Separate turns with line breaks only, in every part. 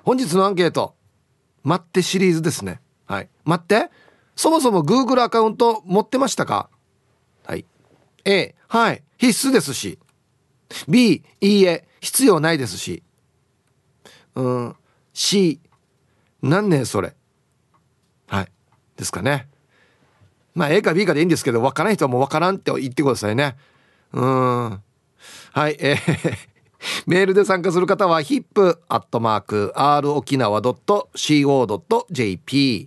本日のアンケート、待ってシリーズですね。はい、待って、そもそも Google アカウント持ってましたか？はい。 A、 はい、必須ですし、 B、 いいえ、必要ないですし、C、 なんねそれ。はいですかね。まあ A か B かでいいんですけど、分からない人はもう分からんって言ってくださいね。はい、メールで参加する方は hip@rokinawa.co.jp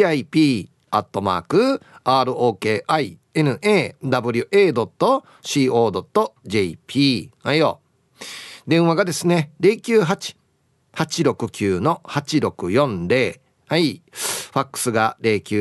hip@rokinawa.co.jp はいよ。電話がですね、098-869-8640。はい。ファックスが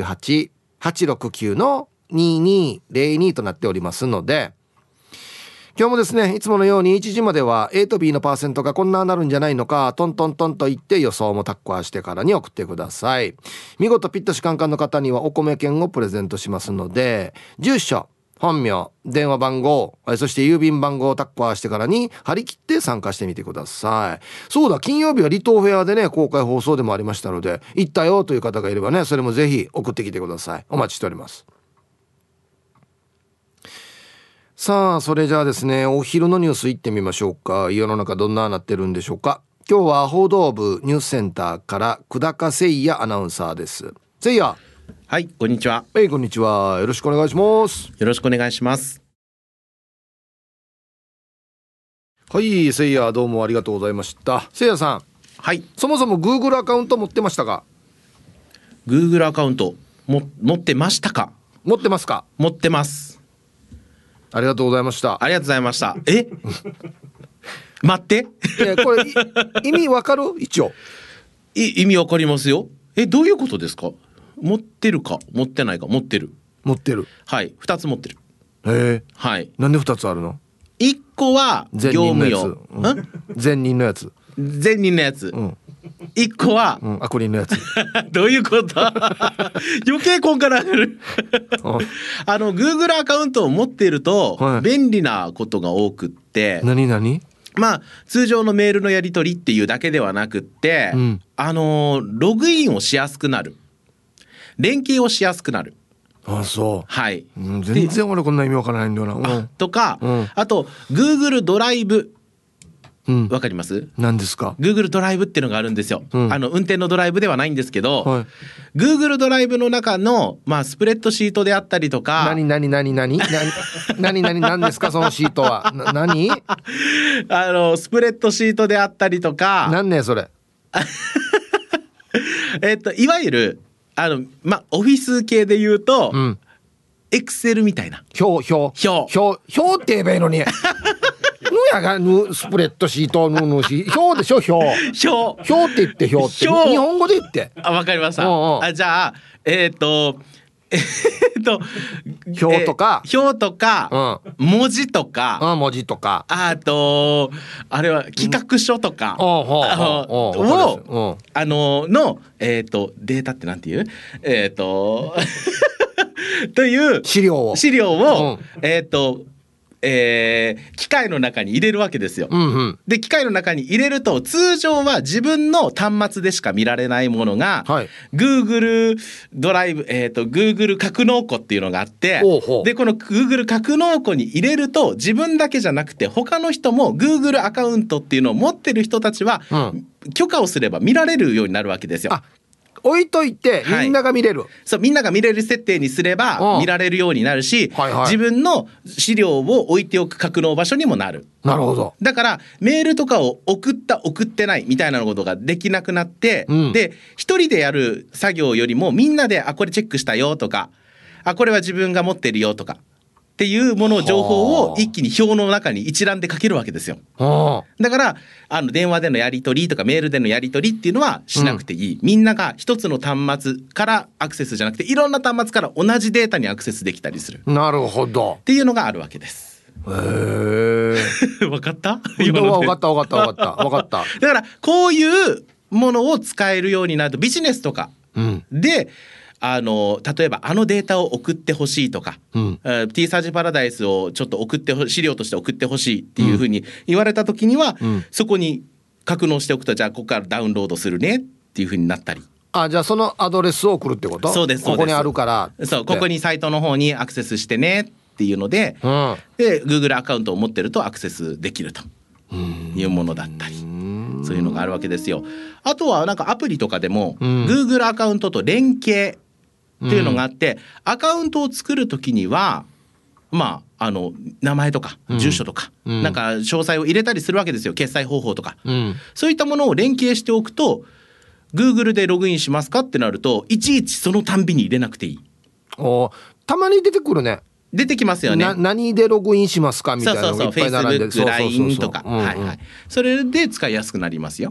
098-869-2202 となっておりますので、今日もですね、いつものように1時までは A と B のパーセントがこんななるんじゃないのか、トントントンと言って予想もタッカーしてからに送ってください。見事ピットシカンカンの方にはお米券をプレゼントしますので、住所、本名、電話番号、そして郵便番号をタッカーしてからに張り切って参加してみてください。そうだ、金曜日は離島フェアでね、公開放送でもありましたので、行ったよという方がいればね、それもぜひ送ってきてください。お待ちしております。さあ、それじゃあですね、お昼のニュース行ってみましょうか。世の中どんななってるんでしょうか。今日は報道部ニュースセンターから久高誠也アナウンサーです。誠也。
はい、こんにちは。
こんにちは。よろしくお願いします。
よろしくお願いします。
はい、誠也どうもありがとうございました。誠也さん。
はい。
そもそも Google アカウント持ってましたか？
Google アカウント持ってましたか？
持ってますか？
持ってます。
ありがとうございました。
ありがとうございました。待って。
これ意味わかる？一応
意味わかりますよ。どういうことですか？持ってるか持ってないか。持ってる。
持ってる。
はい、2つ持ってる。はい。
なんで2つあるの
？1個は業務用。
前任のやつ。
前任のやつ。1個は、
悪人のやつ。
どういうこと余計こんからなるGoogle アカウントを持っていると、便利なことが多くって、
何
まあ通常のメールのやり取りっていうだけではなくって、ログインをしやすくなる、連携をしやすくなる。
あ、そう。
はい、
全然俺こんな意味わからないんだよな。
とか、あと Google ドライブ、わかります？
何ですか？
Google ドライブっていうのがあるんですよ。運転のドライブではないんですけど、Google ドライブの中の、スプレッドシートであったりとか。
何ですかそのシートは。何
スプレッドシートであったりとか。
なんねそれ
いわゆるオフィス系で言うと、エクセルみたいな
表って言えばいいのにぬやがスプレッドシート表でしょ。表って言って、表って日本語で言って。
わかりました。じゃあ
表とか、
文字とか、あとあれは企画書とかをのデータってなんていうという資料を機械の中に入れるわけですよ。で機械の中に入れると、通常は自分の端末でしか見られないものが、Google ドライブ、Google 格納庫っていうのがあって、でこの Google 格納庫に入れると、自分だけじゃなくて他の人も Google アカウントっていうのを持ってる人たちは、許可をすれば見られるようになるわけですよ。
置いといてみんなが見れる、
そう、みんなが見れる設定にすれば見られるようになるし、自分の資料を置いておく格納場所にもなる。
なるほど。
だからメールとかを送ってないみたいなことができなくなって、で一人でやる作業よりも、みんなでこれチェックしたよとか、これは自分が持ってるよとかっていうもの、情報を一気に表の中に一覧で書けるわけですよ。だから電話でのやり取りとかメールでのやり取りっていうのはしなくていい。みんなが一つの端末からアクセスじゃなくて、いろんな端末から同じデータにアクセスできたりする。
なるほど。
っていうのがあるわけです。わかった？
わかった。
だからこういうものを使えるようになると、ビジネスとかで、例えばデータを送ってほしいとか、T サージパラダイスをちょっと資料として送ってほしいっていうふうに言われた時には、そこに格納しておくと、じゃあここからダウンロードするねっていう風になったり。
あ、じゃあそのアドレスを送るってこと？
そうです、
ここにあるから。
そう、ここにサイトの方にアクセスしてねっていうので、で Google アカウントを持ってるとアクセスできるというものだったり、そういうのがあるわけですよ。あとはなんかアプリとかでも、Google アカウントと連携っていうのがあって、アカウントを作るときにはまあ名前とか住所とか、なんか詳細を入れたりするわけですよ。決済方法とか、そういったものを連携しておくと、 Google でログインしますかってなると、いちいちそのたんびに入れなくていい。
たまに出てくるね。
出てきますよね。
何でログインしますかみたいなのがいっぱい並んで、
Facebook、LINE とか、はいはい、それで使いやすくなりますよ。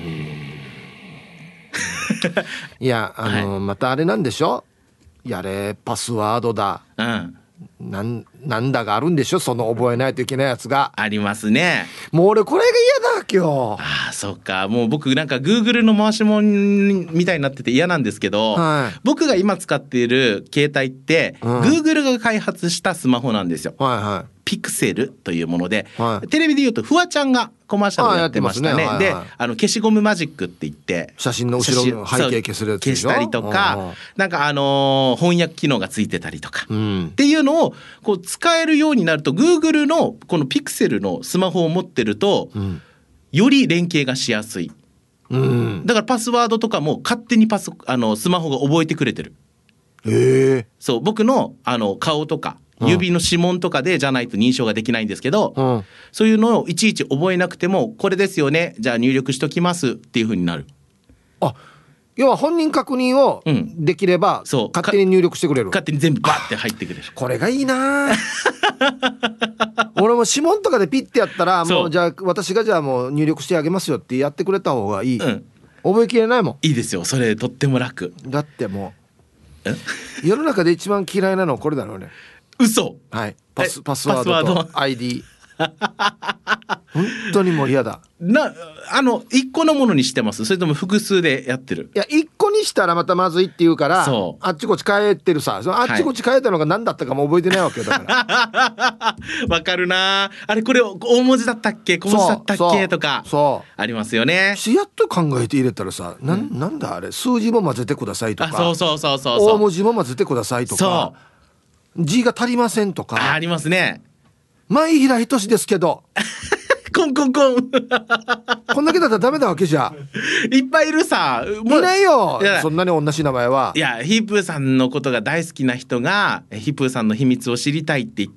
いやまたあれなんでしょ、やれパスワードだ、なんだがあるんでしょ、その覚えないといけないやつが
ありますね。
もう俺これが嫌だ今日。
ああ、そっか。もう僕なんか Google の回し物みたいになってて嫌なんですけど、僕が今使っている携帯って、Google が開発したスマホなんですよ。ピクセルというもので、テレビでいうとフワちゃんがコマーシャルやってましたね。で、消しゴムマジックって言って、
写真の後ろの背景消するやつでしょ。
消したりとか、なんか翻訳機能がついてたりとか、っていうのをこう使えるようになると、 Google のこのピクセルのスマホを持ってると、より連携がしやすい。だからパスワードとかも勝手にスマホが覚えてくれてる。そう、僕の顔とか指の指紋とかでじゃないと認証ができないんですけど、そういうのをいちいち覚えなくても、これですよね、じゃあ入力しときますっていう風になる。
要は本人確認をできれば、勝手に入力してくれる。
勝手に全部バッて入ってくれる。
これがいいな俺も指紋とかでピッてやったら、もうじゃあ私がじゃあもう入力してあげますよってやってくれた方がいい、覚えきれないもん。
いいですよ、それとっても楽。
だってもう世の中で一番嫌いなのはこれだろうね。
嘘。
はい、パスワードと ID 本当にもう嫌だ。
一個のものにしてます？それとも複数でやってる？
いや、一個にしたらまたまずいって言うから、あっちこっち変えてるさ。そのあっちこっち変えたのが何だったかも覚えてないわけよ、だから
わかるな。あれこれ大文字だったっけ、小文字だったっけとかありますよね。
やっと考えて入れたらさ、なんだあれ、数字も混ぜてくださいとか、
そう
大文字も混ぜてくださいとか、字が足りませんとか
ありますね。
前平仁ですけど
コンコンコン
こんだけだったらダメだわけじゃ。
いっぱいいるさ。
いないよ、そんなに同じ名前は。
いや、ヒープーさんのことが大好きな人がヒープーさんの秘密を知りたいって言って、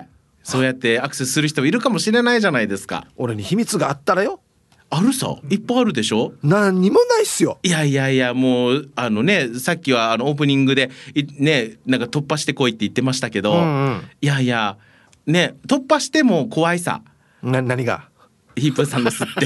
そうやってアクセスする人いるかもしれないじゃないですか。
俺に秘密があったらよ。
あるさ、いっぱいあるでしょ。
何にもないっすよ。
いやもうさっきはオープニングでね、なんか突破してこいって言ってましたけど、いやね、突破しても怖いさ。
何が
ヒープーさんですって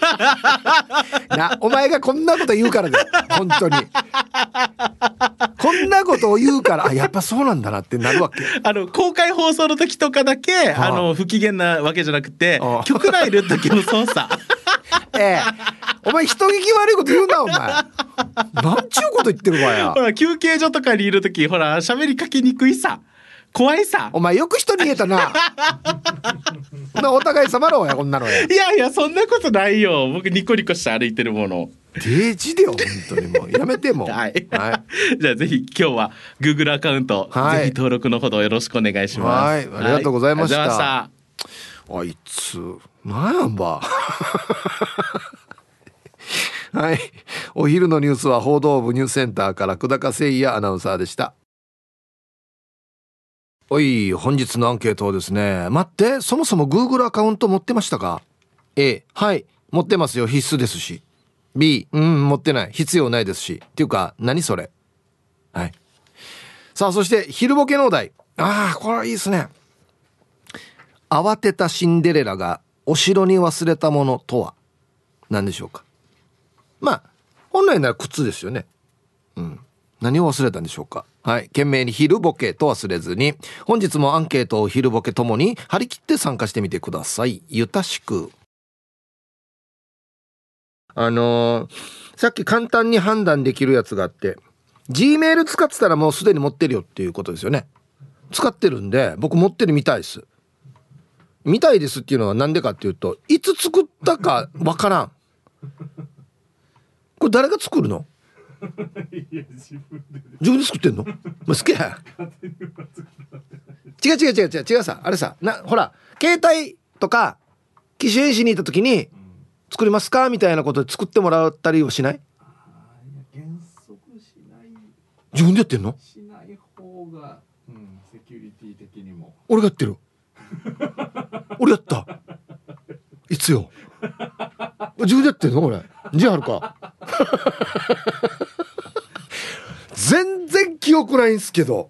お前がこんなこと言うからだよ、本当にこんなことを言うから、やっぱそうなんだなってなるわけ。
公開放送の時とかだけ不機嫌なわけじゃなくて、局内いる時の操作
お前人聞き悪いこと言うな、お前なんちゅうこと言ってるわや。
ほら休憩所とかにいる時、ほら喋りかけにくいさ、怖いさ。
お前よく人に言えたなお互い様ろうや、こんなのや。
いやそんなことないよ、僕ニコニコして歩いてるもの。
デジでよ、本当にもうやめても
はい、じゃあぜひ今日は Google アカウント、ぜひ登録のほどよろしくお願いします。
ありがとうございました。あいつなんやんばはい、お昼のニュースは報道部ニュースセンターから久高誠也アナウンサーでした。本日のアンケートをですね、待って、そもそも Google アカウント持ってましたか？ A、はい持ってますよ、必須ですし。 B、持ってない、必要ないですし。っていうか何それ。はい、さあそして昼ボケのお題、これはいいですね。慌てたシンデレラがお城に忘れたものとは何でしょうか。まあ本来なら靴ですよね。何を忘れたんでしょうか。はい、懸命に昼ボケと忘れずに、本日もアンケートを昼ボケともに張り切って参加してみてください。ゆたしく。さっき簡単に判断できるやつがあって、 Gmail 使ってたらもうすでに持ってるよっていうことですよね。使ってるんで僕持ってるみたいです。みたいですっていうのはなんでかっていうと、いつ作ったかわからん。 これ誰が作るの？自分で作ってんの？好きや。違うさ、あれさほら携帯とか機種変しに行った時に作りますかみたいなことで作ってもらったりはしない？
原則しない。
自分でやってんの？
しない方が、セキュリティ的にも。
俺がやってる。俺やった。いつよ。自分でやってんの？俺じゃあるか。全然記憶ないんすけど。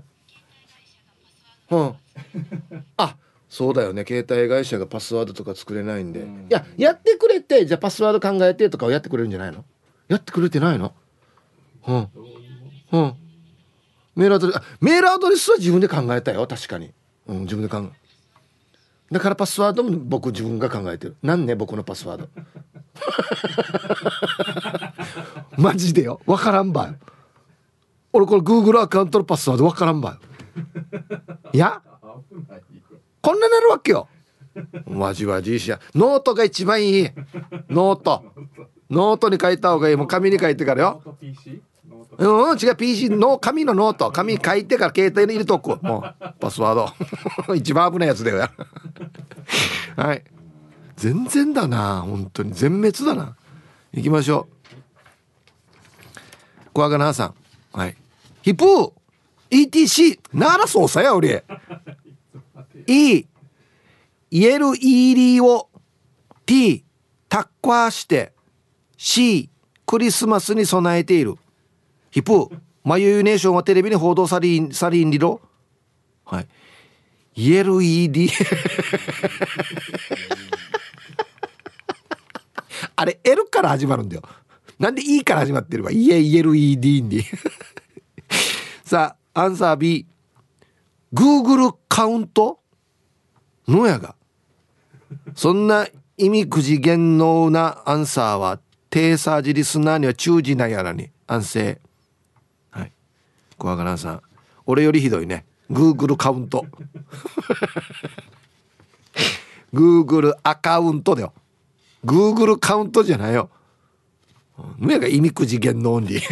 あ、そうだよね。携帯会社がパスワードとか作れないんで、やってくれて、じゃあパスワード考えてとかをやってくれるんじゃないの？やってくれてないの？メールアドレスは自分で考えたよ、確かに。自分で考え。だからパスワードも僕自分が考えてる。なんね、僕のパスワード。マジでよ、わからんばよ。俺これ Google アカウントのパスワードわからんばよ。いや、こんななるわけよ。マジいいしや。ノートが一番いい。ノートに書いた方がいい。もう紙に書いてからよ。違う、 PC の紙のノート、紙に書いてから携帯に入れとく。もうパスワード一番危ないやつだよ。はい、全然だな、本当に全滅だな。行きましょう。小若菜さん、はい。ヒプー ETC ならそうさや俺。E イエル ED を T タッカーして C クリスマスに備えている。ヒプーマユユネーションはテレビに報道さりんりろ。はい。イエル ED あれ L から始まるんだよ。なんで E から始まってればイエル ED にさあアンサー B Google カウントのやが。そんな意味くじ言能なアンサーは低サージリスナーには忠実なやらに安静。はい。小若菜さん、俺よりひどいね。 Google カウントGoogle アカウントだよ。 Google カウントじゃないよ。のやが意味くじ言能に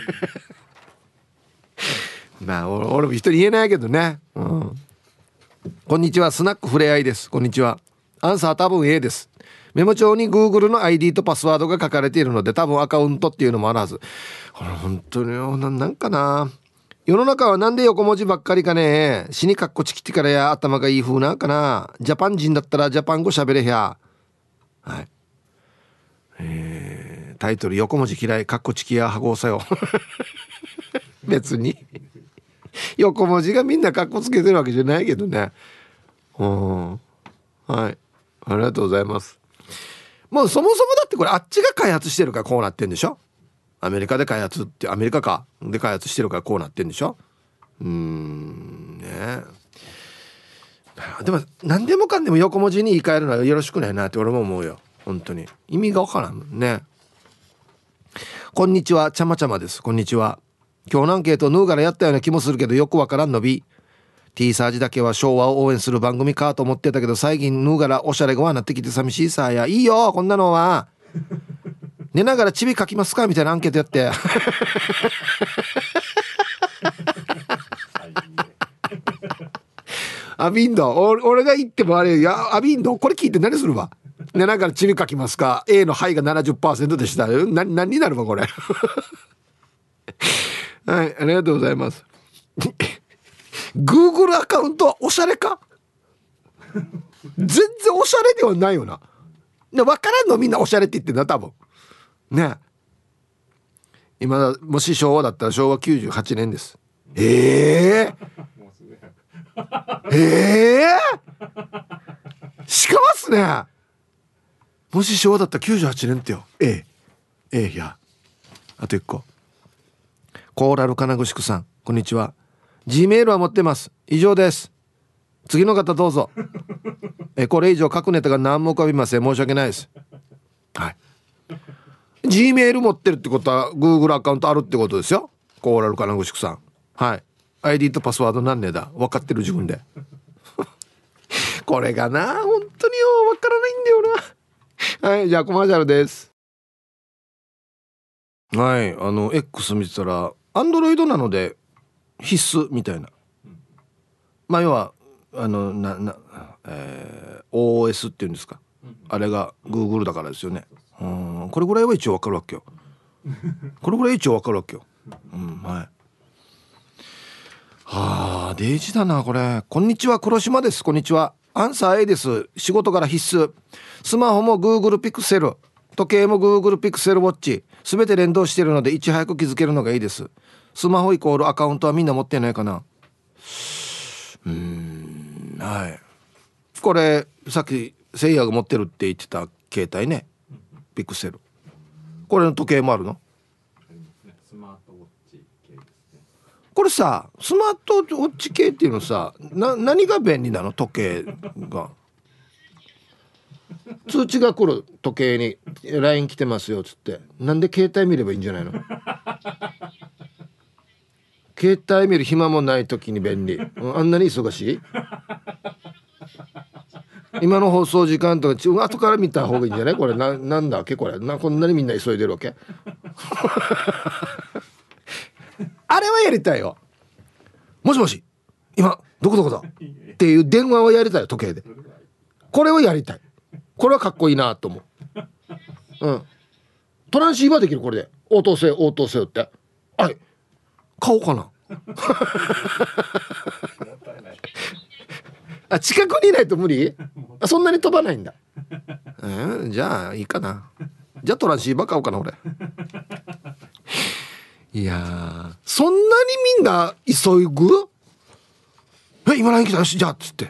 まあ俺も人に言えないけどね。こんにちは、スナックふれあいです。こんにちは。アンサー多分 A です。メモ帳に Google の ID とパスワードが書かれているので多分アカウントっていうのもあるはず。これ本当になんかな、世の中はなんで横文字ばっかりかね。死にかっこちきってからや頭がいい風なんかな。ジャパン人だったらジャパン語喋れや。はい。タイトル横文字嫌いかっこちきやはごうさよ別に横文字がみんなかっこつけてるわけじゃないけどね。はい、ありがとうございます。もうそもそもだってこれあっちが開発してるからこうなってんでしょ。アメリカで開発ってアメリカかで開発してるからこうなってんでしょ。ね。でも何でもかんでも横文字に言い換えるのはよろしくないなって俺も思うよ。本当に意味がわからんもんね。こんにちは、ちゃまちゃまです。こんにちは。今日のアンケートヌーガラやったような気もするけどよくわからんのび。 T サージだけは昭和を応援する番組かと思ってたけど最近ヌーガラおしゃれがなってきて寂しいさや。いいよこんなのは。寝ながらチビ書きますかみたいなアンケートやってアビンド俺が言ってもあれやアビンドこれ聞いて何するわ。寝ながらチビ書きますか A のはいが 70% でした。何になるわこれはい、ありがとうございますGoogle アカウントはおしゃれか全然おしゃれではないよな。分からんのみんなおしゃれって言ってんだ多分ね。今もし昭和だったら昭和98年です。しかますね。もし昭和だったら98年ってよ。いやあと1個。コーラル金具宿さんこんにちは。 G メールは持ってます。以上です。次の方どうぞこれ以上書くネタが何も浮かびません。申し訳ないです。はい。G メール持ってるってことは Google アカウントあるってことですよ。コーラル金具宿さん。はい。 ID とパスワード何ねだ分かってる自分でこれがな本当によ分からないんだよなはい、じゃあコマーシャルです。 はい、X 見てたらアンドロイドなので必須みたいな、まあ要はOS っていうんですか、あれが Google だからですよね。これぐらいは一応わかるわけよ。これぐらい一応わかるわけよ。はい。はあ、デイジだなこれ。こんにちは、黒島です。こんにちは。アンサー A です。仕事から必須。スマホも Google ピクセル、時計も Google ピクセルウォッチ、すべて連動しているのでいち早く気づけるのがいいです。スマホイコールアカウントはみんな持ってないかな。はい。これさっきせいやが持ってるって言ってた携帯ね、ピクセル。これの時計もあるの？
スマートウォッチ系ですね。
これさ、スマートウォッチ系っていうのさ、何が便利なの？時計が通知が来る、時計に LINE 来てますよっつって、なんで携帯見ればいいんじゃないの？携帯見る暇もない時に便利。あんなに忙しい？今の放送時間とか後から見た方がいいんじゃない？これなんだっけこれこんなにみんな急いでるわけ？あれはやりたいよ。もしもし今どこだっていう電話はやりたいよ、時計で。これをやりたい。これはかっこいいなと思う。トランシーバーできる。これで応答せよって、あれ買おうかな。あ、近くにいないと無理？そんなに飛ばないんだ。じゃあいいかな。じゃあトランシーバー買おうかな俺。いやそんなにみんな急ぐ？今 LINE 来たよしじゃあっつって。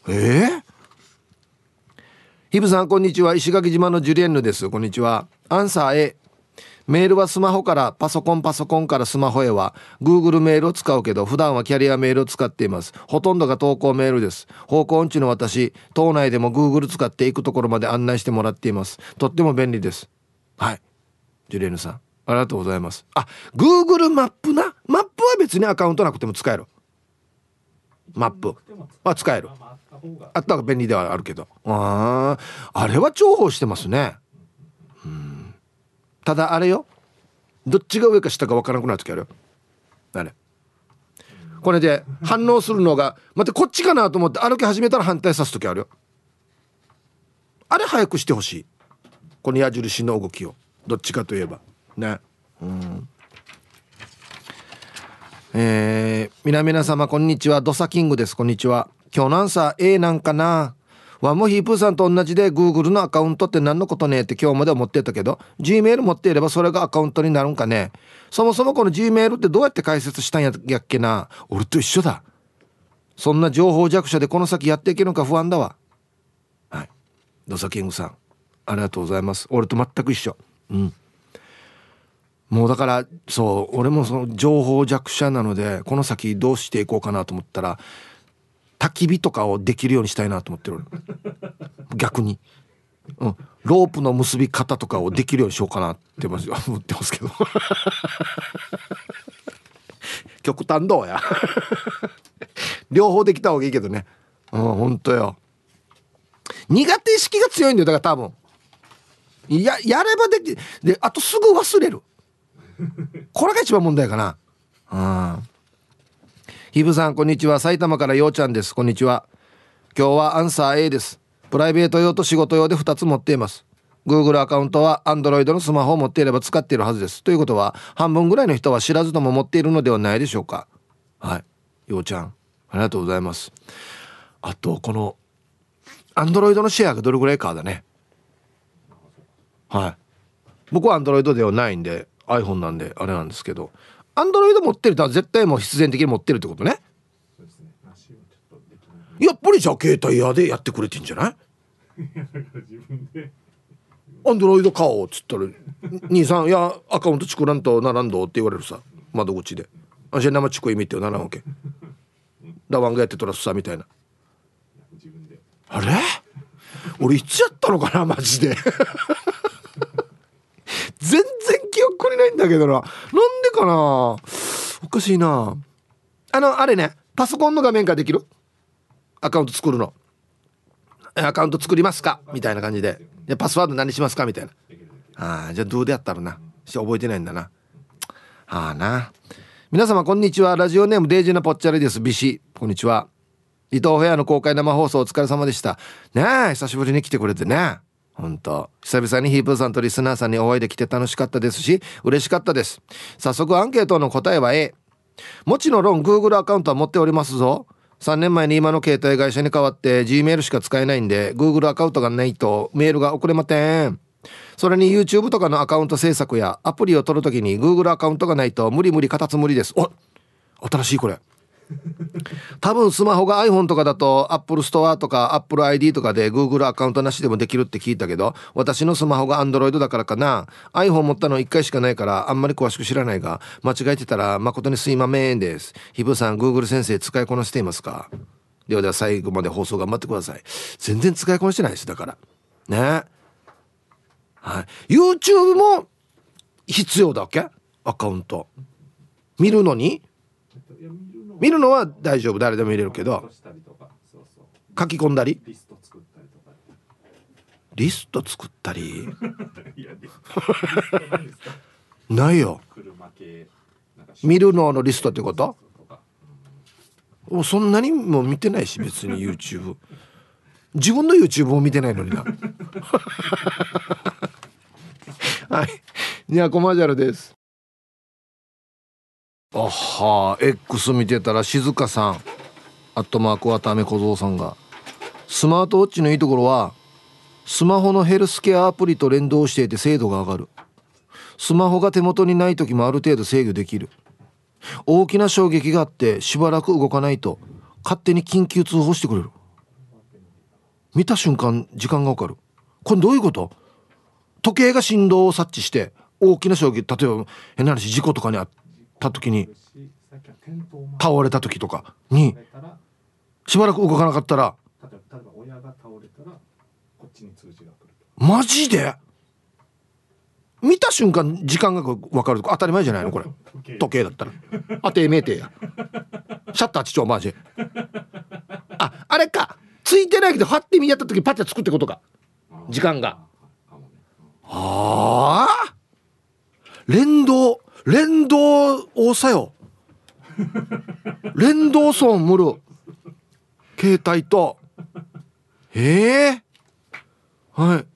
ヒブさんこんにちは、石垣島のジュリエンヌです。こんにちは。アンサー A。メールはスマホからパソコンからスマホへは Google メールを使うけど、普段はキャリアメールを使っています。ほとんどが投稿メールです。方向音痴の私、島内でも Google 使って行くところまで案内してもらっています。とっても便利です。はい、ジュリエンヌさんありがとうございます。Google マップな。マップは別にアカウントなくても使える。マップは使える。あった方が便利ではあるけど、あれは重宝してますね。ただあれよ、どっちが上か下か分からなくなる時あるよ。あれこれで反応するのがまたこっちかなと思って歩き始めたら反対さす時あるよ。あれ早くしてほしい。この矢印の動きをどっちかといえばね。皆様こんにちは、ドサキングです。こんにちは。今日のアンサー A なんかな。ワンモヒープーさんと同じで Google のアカウントって何のことねって今日まで思ってたけど、 Gmail 持っていればそれがアカウントになるんかね。そもそもこの Gmail ってどうやって解説したんやっけな。俺と一緒だ。そんな情報弱者でこの先やっていけるのか不安だわ。はい、ドサキングさんありがとうございます。俺と全く一緒。もうだからそう俺もその情報弱者なので、この先どうしていこうかなと思ったら焚き火とかをできるようにしたいなと思ってる。逆に、ロープの結び方とかをできるようにしようかなって思ってますけど。極端どうや。両方できた方がいいけどね。本当よ。苦手意識が強いんだよ。だから多分やればできで、あとすぐ忘れる。これが一番問題かな。ヒブさんこんにちは、埼玉からようちゃんです。こんにちは。今日はアンサー A です。プライベート用と仕事用で2つ持っています。 Google アカウントは Android のスマホを持っていれば使っているはずです。ということは半分ぐらいの人は知らずとも持っているのではないでしょうか。はい、ようちゃんありがとうございます。あとこの Android のシェアがどれぐらいかだね。はい、僕は Android ではないんで iPhone なんであれなんですけど、アンドロイド持ってる人は絶対もう必然的に持ってるってことね。
そうですね。梨はちょっとできない。
やっぱりじゃあ携帯屋でやってくれてんじゃない？
自分で
アンドロイド買おうっつったら兄さんいやアカウント作らんとならんどって言われるさ、窓口で。あし生チコイミってならんわけ。ラワンがやってとらすさみたいな。
自分で。
あれ俺いつやったのかなマジで。全然記憶にないんだけどな。なんでかな、おかしいな。あれね、パソコンの画面からできるアカウント作るの。アカウント作りますかみたいな感じで、パスワード何しますかみたいな。じゃあどうでやったらな、覚えてないんだな。 ああな。皆様こんにちは。ラジオネームデイジーなぽっちゃりです。ビシこんにちは。伊藤フェアの公開生放送お疲れ様でしたね。え久しぶりに来てくれてね、本当久々にヒープーさんとリスナーさんにお会いできて楽しかったですし嬉しかったです。早速アンケートの答えは A。 もちろん Google アカウントは持っておりますぞ。3年前に今の携帯会社に変わって Gmail しか使えないんで Google アカウントがないとメールが送れません。それに YouTube とかのアカウント制作やアプリを取るときに Google アカウントがないと無理カタツムリです。お、新しいこれ。多分スマホが iPhone とかだと Apple Store とか Apple ID とかで Google アカウントなしでもできるって聞いたけど、私のスマホが Android だからかな。 iPhone 持ったの1回しかないからあんまり詳しく知らないが、間違えてたら誠にすいまめんです。ひぶさん Google 先生使いこなしていますか？では最後まで放送頑張ってください。全然使いこなしてないです。だからね。はい、YouTube も必要だっけ？アカウント見るのに、見るのは大丈夫、誰でも見れるけど書き込んだりリスト作ったりないよ。見るののリストってこと？そんなにも見てないし別に YouTube 自分の YouTube も見てないのになはい、じゃあコマーシャルです。あはー X 見てたら静香さんアットマーク渡辺小僧さんが、スマートウォッチのいいところはスマホのヘルスケアアプリと連動していて精度が上がる。スマホが手元にない時もある程度制御できる。大きな衝撃があってしばらく動かないと勝手に緊急通報してくれる。見た瞬間時間がわかる。これどういうこと？時計が振動を察知して大きな衝撃、例えば変な話事故とかにあった時に倒れた時とかにしばらく動かなかったら、例えば親が倒れたらこっちに通知が来る。マジで？見た瞬間時間が分かるとか当たり前じゃないのこれ。時計だったら当てめえてやシャッターちちょマジ。あれか、ついてないけどファッて見やった時パッてつくってことか、時間が。ああ連動多さよ連動ソンムル携帯とはい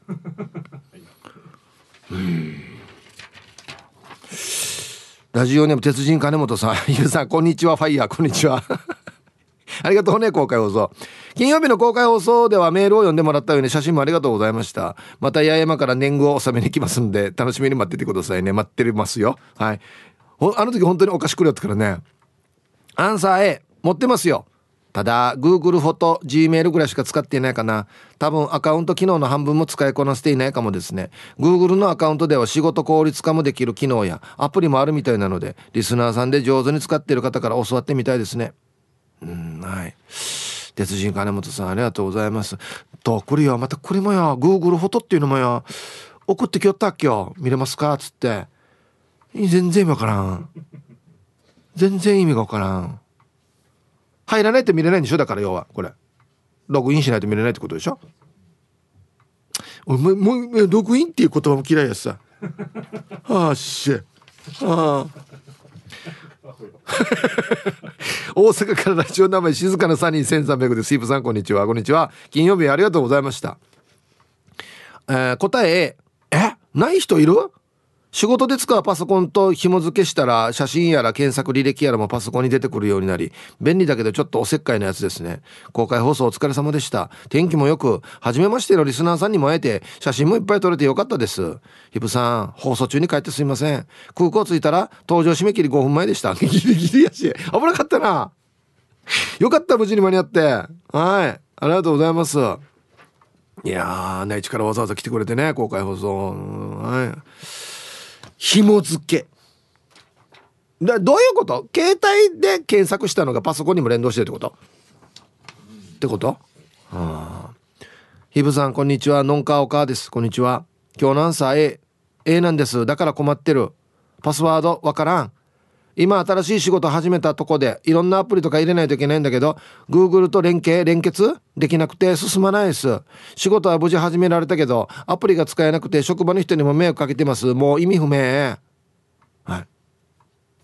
ラジオネーム鉄人金本さんゆうさんこんにちは。ファイヤーこんにちはありがとうね。公開放送金曜日の公開放送ではメールを読んでもらったように写真もありがとうございました。また八重山から年貢を納めに来ますんで楽しみに待っててくださいね。待ってますよ。はい、あの時本当にお菓子くれよったからね。アンサー A 持ってますよ。ただ Google フォト Gmail ぐらいしか使っていないかな。多分アカウント機能の半分も使いこなせていないかもですね。 Google のアカウントでは仕事効率化もできる機能やアプリもあるみたいなのでリスナーさんで上手に使っている方から教わってみたいですね。はい、鉄人金本さんありがとうございます。とこれよ、またこれもよ Google フォトっていうのもよ送ってきよったっけよ。見れますかっつって全然意味わからん。全然意味がわからん。入らないと見れないんでしょ。だから要はこれログインしないと見れないってことでしょ。もうログインっていう言葉も嫌いやしさあーし大阪からラジオ名前静かなサニー1300です。イープさんこんにちは。こんにちは。金曜日ありがとうございました。答え A。 ない人いる？仕事で使うパソコンと紐付けしたら写真やら検索履歴やらもパソコンに出てくるようになり便利だけどちょっとおせっかいなやつですね。公開放送お疲れ様でした。天気もよく初めましてのリスナーさんにも会えて写真もいっぱい撮れてよかったです。ヒブさん放送中に帰ってすいません。空港着いたら搭乗締め切り5分前でしたギリギリやし危なかったな。よかった無事に間に合って。はいありがとうございます。いやー内地からわざわざ来てくれてね公開放送。はい紐付けどういうこと？携帯で検索したのがパソコンにも連動してるってこと？ってこと？はあ。ヒブさんこんにちは。ノンカーオカーです。こんにちは。今日のアンサー A なんです。だから困ってる。パスワードわからん。今新しい仕事始めたとこでいろんなアプリとか入れないといけないんだけど Google と連結できなくて進まないです。仕事は無事始められたけどアプリが使えなくて職場の人にも迷惑かけてます。もう意味不明。はい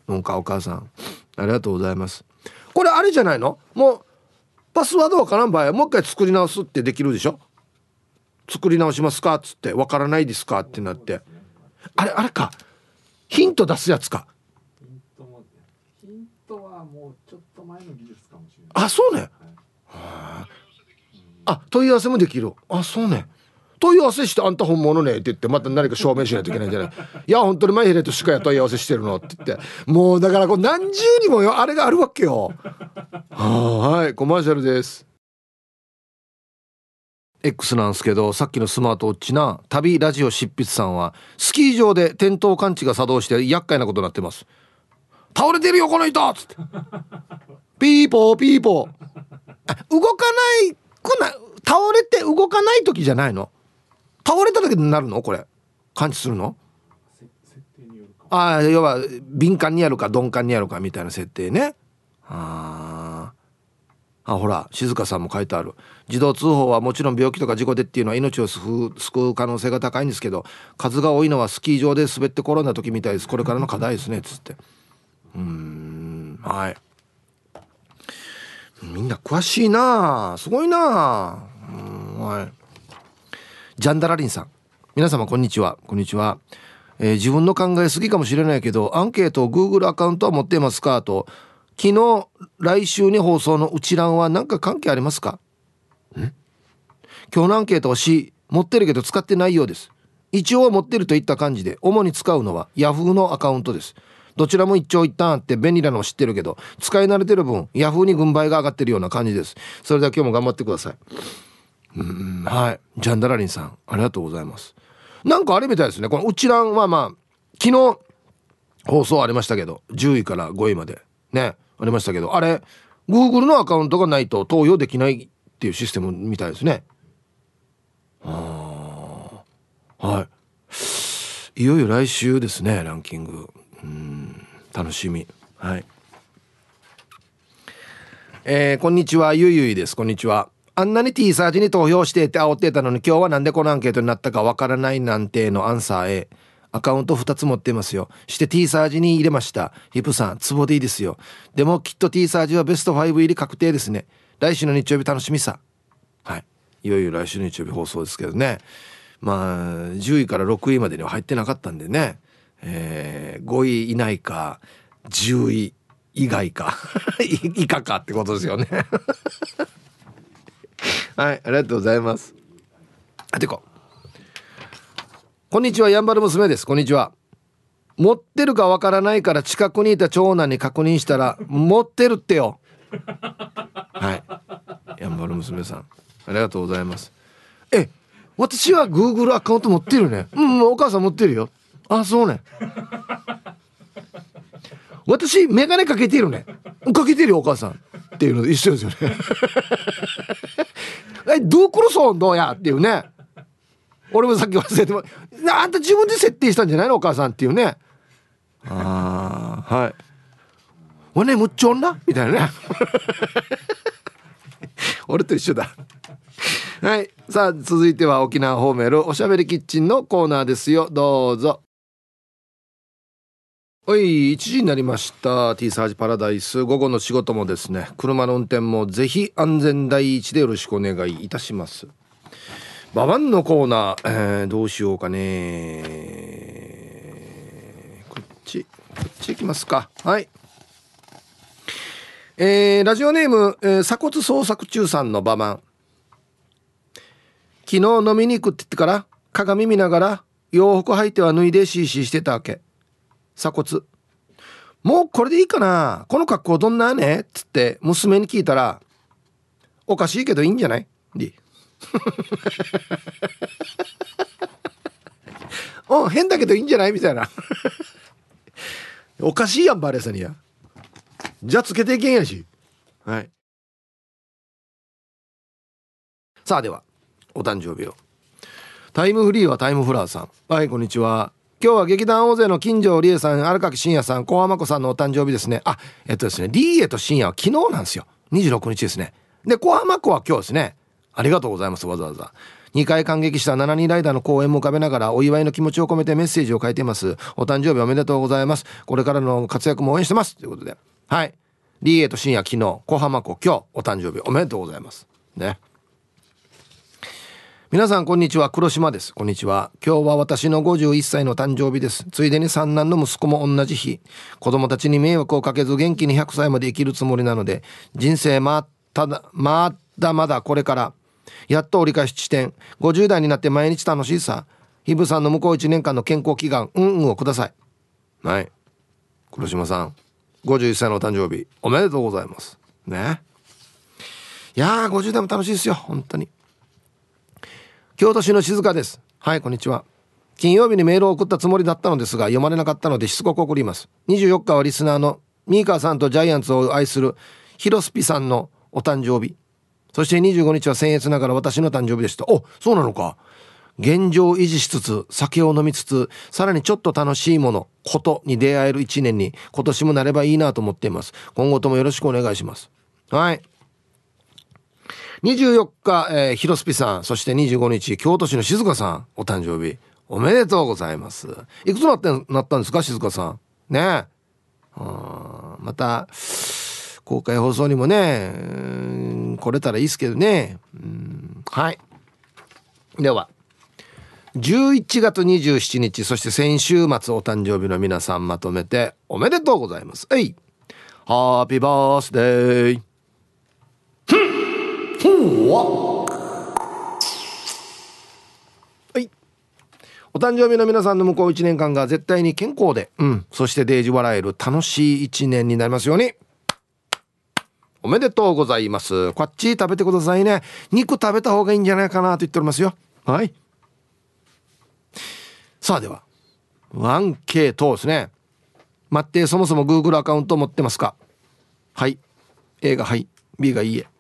なんかお母さんありがとうございます。これあれじゃないの、もうパスワードわからん場合はもう一回作り直すってできるでしょ。作り直しますかっつって、わからないですかってなって、あれか、ヒント出すやつか。
ヒントはもうちょっと前の技術かもしれない。
あ、そうね、
はい、
あ、問い合わせもできる。あ、そうね。問い合わせしてあんた本物ねって言ってまた何か証明しないといけないんじゃないいや本当にマイヘレとしかや問い合わせしてるのって言って、もうだからこう何重にもよあれがあるわけよ。はい、コマーシャルです。 X なんですけど、さっきのスマートウォッチな旅ラジオ執筆さんはスキー場で転倒感知が作動して厄介なことになってます。倒れてるよこの人っつってピーポーピーポー、動かないくな、倒れて動かない時じゃないの、倒れた時になるのこれ感知するの。
設定によるか。
要は敏感にやるか鈍感にやるかみたいな設定ね。ほら静香さんも書いてある。自動通報はもちろん病気とか事故でっていうのは命を救う可能性が高いんですけど、数が多いのはスキー場で滑って転んだ時みたいです。これからの課題ですねつって。はい、みんな詳しいな、すごいな。はい、ジャンダラリンさん、皆様こんにちは。こんにちは。自分の考えすぎかもしれないけどアンケートを Google アカウントは持っていますかと、昨日来週に放送の一覧は何か関係ありますか。今日のアンケートは C、 持ってるけど使ってないようです。一応は持ってるといった感じで、主に使うのは Yahoo のアカウントです。どちらも一長一短あって便利なのを知ってるけど、使い慣れてる分 Yahoo に軍配が上がってるような感じです。それでは今日も頑張ってください。はい、ジャンダラリンさんありがとうございます。なんかあれみたいですね、この一覧はまあ昨日放送ありましたけど10位から5位までねありましたけど、あれ Google のアカウントがないと投票できないっていうシステムみたいですね。はい、いよいよ来週ですねランキング。楽しみ。はい、こんにちは、ゆいゆいです。こんにちは。あんなに T サージに投票してって煽ってたのに、今日はなんでこのアンケートになったかわからないなんてのアンサー A。 アカウント2つ持ってますよ。して T サージに入れました。ヒップさんツボでいいですよ。でもきっと T サージはベスト5入り確定ですね。来週の日曜日楽しみさ。はい、いよいよ来週の日曜日放送ですけどね。まあ10位から6位までには入ってなかったんでね、5位以内か10位以外か以下かってことですよねはい、ありがとうございます。こんにちは、やんばる娘です。こんにちは。持ってるかわからないから近くにいた長男に確認したら持ってるってよ。はい、やんばる娘さんありがとうございます。私は Google アカウント持ってるね。お母さん持ってるよ。あ、そうね。私メガネかけてるね。かけてるよお母さんっていうのと一緒ですよねどうクロソンどうやっていうね。俺もさっき忘れても、あんた自分で設定したんじゃないのお母さんっていうね。はい。おねむっちょんなみたいなね俺と一緒だはい、さあ続いては沖縄ホーメルおしゃべりキッチンのコーナーですよ。どうぞ。はい、1時になりました。 T サージパラダイス、午後の仕事もですね、車の運転もぜひ安全第一でよろしくお願いいたします。ババンのコーナー、どうしようかね。こっち行きますか。はい、ラジオネーム、鎖骨捜索中さんのババン。昨日飲みに行くって言ってから鏡見ながら洋服履いては脱いで CC してたわけ。鎖骨、もうこれでいいかな、この格好どんなねっつって娘に聞いたら、おかしいけどいいんじゃないで変だけどいいんじゃないみたいなおかしいやんバレさにや、じゃあつけていけんやし。はい、さあではお誕生日を。タイムフリーはタイムフラーさん。はい、こんにちは。今日は劇団大勢の金城理恵さん、荒垣真也さん、小浜子さんのお誕生日ですね。ですね、理恵と真也は昨日なんですよ。26日ですね。で、小浜子は今日ですね。ありがとうございます。わざわざ 2回感激した7人ライダーの公演も浮かべながらお祝いの気持ちを込めてメッセージを書いています。お誕生日おめでとうございます。これからの活躍も応援してますということで、はい、リエと深夜昨日、小浜子今日お誕生日おめでとうございますね。皆さんこんにちは、黒島です。こんにちは。今日は私の51歳の誕生日です。ついでに三男の息子も同じ日。子供たちに迷惑をかけず元気に100歳まで生きるつもりなので、人生まだまだこれから。やっと折り返し地点。50代になって毎日楽しいさ。ヒブさんの向こう1年間の健康祈願をください。はい、黒島さん51歳のお誕生日おめでとうございますね。いやー50代も楽しいですよ本当に。京都市の静香です。はい、こんにちは。金曜日にメールを送ったつもりだったのですが読まれなかったのでしつこく送ります。24日はリスナーのミーカーさんとジャイアンツを愛するヒロスピさんのお誕生日、そして25日は僭越ながら私の誕生日でした。お、そうなのか。現状維持しつつ酒を飲みつつさらにちょっと楽しいものことに出会える1年に今年もなればいいなと思っています。今後ともよろしくお願いします。はい、24日、ヒロスピさん、そして25日京都市の静香さんお誕生日おめでとうございます。いくつなったんですか静香さんね。また公開放送にもね来れたらいいですけどね。はい、では11月27日そして先週末お誕生日の皆さんまとめておめでとうございます。ハッピーバースデー。はい、お誕生日の皆さんの向こう1年間が絶対に健康で、そしてデージ笑える楽しい1年になりますように。おめでとうございます。こっち食べてくださいね。肉食べた方がいいんじゃないかなと言っておりますよ。はい、さあでは 1K 等ですね。待って、そもそも Google アカウント持ってますか。はい、 A がはい、 B がいいえ。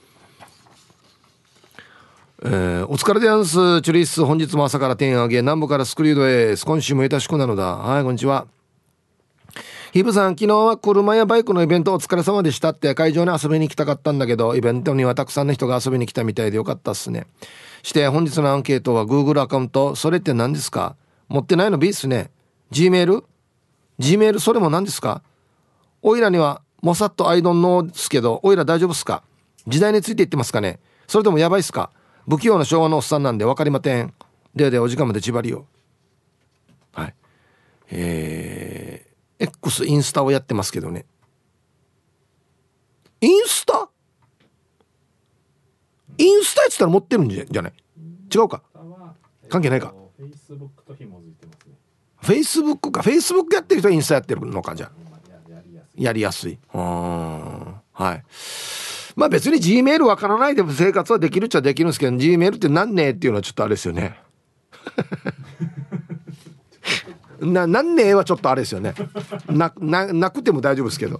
お疲れでやんす。チュリッス、本日も朝から天上げ、南部からスクリュードです。今週もよろしくなのだ。はい、こんにちは。ヒブさん、昨日は車やバイクのイベントお疲れ様でしたって。会場に遊びに行きたかったんだけどイベントにはたくさんの人が遊びに来たみたいでよかったっすね。して本日のアンケートは Google アカウント、それって何ですか。持ってないの B っすね。 Gmail それも何ですか。おいらにはモサッとアイドンノーですけどおいら大丈夫っすか。時代について言ってますかね。それともやばいっすか。不器用な昭和のおっさんなんで分かりません。ではではお時間まで縛りよ。はい、X インスタをやってますけどね。インスタって言ったら持ってるんじゃない。違うか、関係ないか。
Facebook と紐づいてますね。
Facebook か。 Facebook やってる人はインスタやってるのか。じゃあやりやすい。はい、まあ別に Gmail わからないでも生活はできるっちゃできるんですけど Gmail って何ねっていうのはちょっとあれですよね。なんねはちょっとあれですよね。なくても大丈夫ですけど。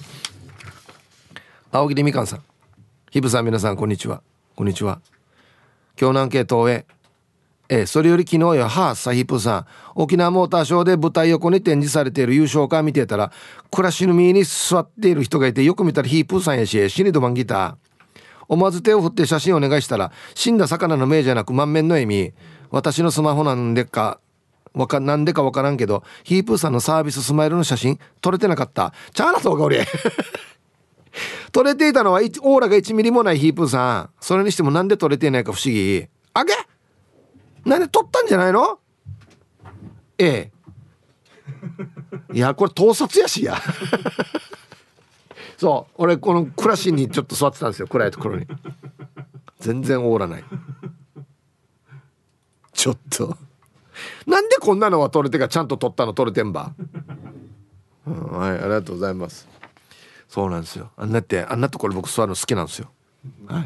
青木でみかんさん、ひぶさん、皆さんこんにちは。こんにちは。今日のアンケートをそれより昨日よ、サヒプさん、沖縄モーターショーで舞台横に展示されている優勝カー見てたら暮らしの身に座っている人がいて、よく見たらヒープーさんやし、死にどまんギター。思わず手を振って写真をお願いしたら死んだ魚の目じゃなく満面の笑み。私のスマホなんでかわからんけどヒープーさんのサービススマイルの写真撮れてなかった。チャーラとか俺撮れていたのはオーラが1ミリもないヒープーさん。それにしてもなんで撮れていないか不思議。あげなんで撮ったんじゃないの。いやこれ盗撮やしやそう俺この暮らしにちょっと座ってたんですよ、暗いところに。全然オーラない。ちょっとなんでこんなのは撮れてかちゃんと撮ったの撮れてんば、はい、ありがとうございます。そうなんですよ。あんなところ僕座るの好きなんですよ。はい、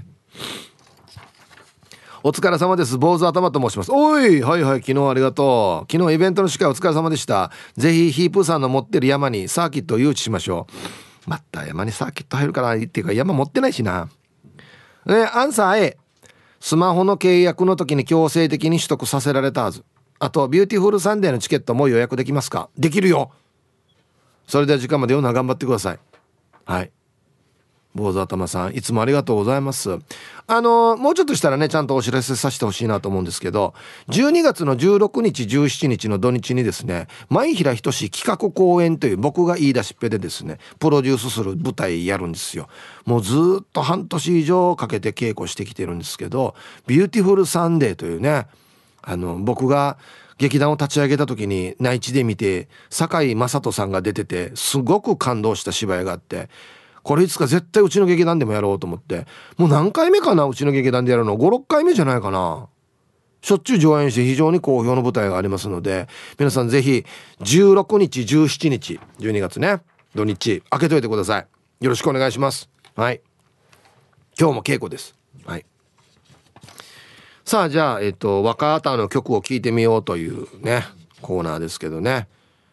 お疲れ様です。坊主頭と申します。おい、はいはい、昨日ありがとう。昨日イベントの司会お疲れ様でした。ぜひヒープーさんの持ってる山にサーキットを誘致しましょう。また山にサーキット入るからっていうか山持ってないしな。アンサー A、 スマホの契約の時に強制的に取得させられたはず。あとビューティフルサンデーのチケットも予約できますか。できるよ。それでは時間まで読んだら頑張ってください。はい、 坊主頭さんいつもありがとうございます。もうちょっとしたらねちゃんとお知らせさせてほしいなと思うんですけど、12月の16日17日の土日にですね、前平仁企画公演という僕が言い出しっぺでですねプロデュースする舞台やるんですよ。もうずっと半年以上かけて稽古してきてるんですけど、ビューティフルサンデーというね、僕が劇団を立ち上げた時に内地で見て堺雅人さんが出ててすごく感動した芝居があって、これいつか絶対うちの劇団でもやろうと思って、もう何回目かな、うちの劇団でやるの5、6回目じゃないかな。しょっちゅう上演して非常に好評の舞台がありますので、皆さんぜひ16日17日12月ね土日開けといてください。よろしくお願いします。はい、今日も稽古です。はい、さあじゃあ若あたの曲を聴いてみようというねコーナーですけどね、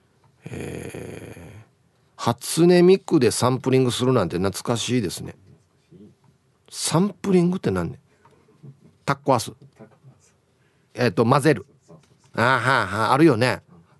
初音ミクでサンプリングするなんて懐かしいですね。サンプリングって何ね、タッコアス混ぜる、あるよね、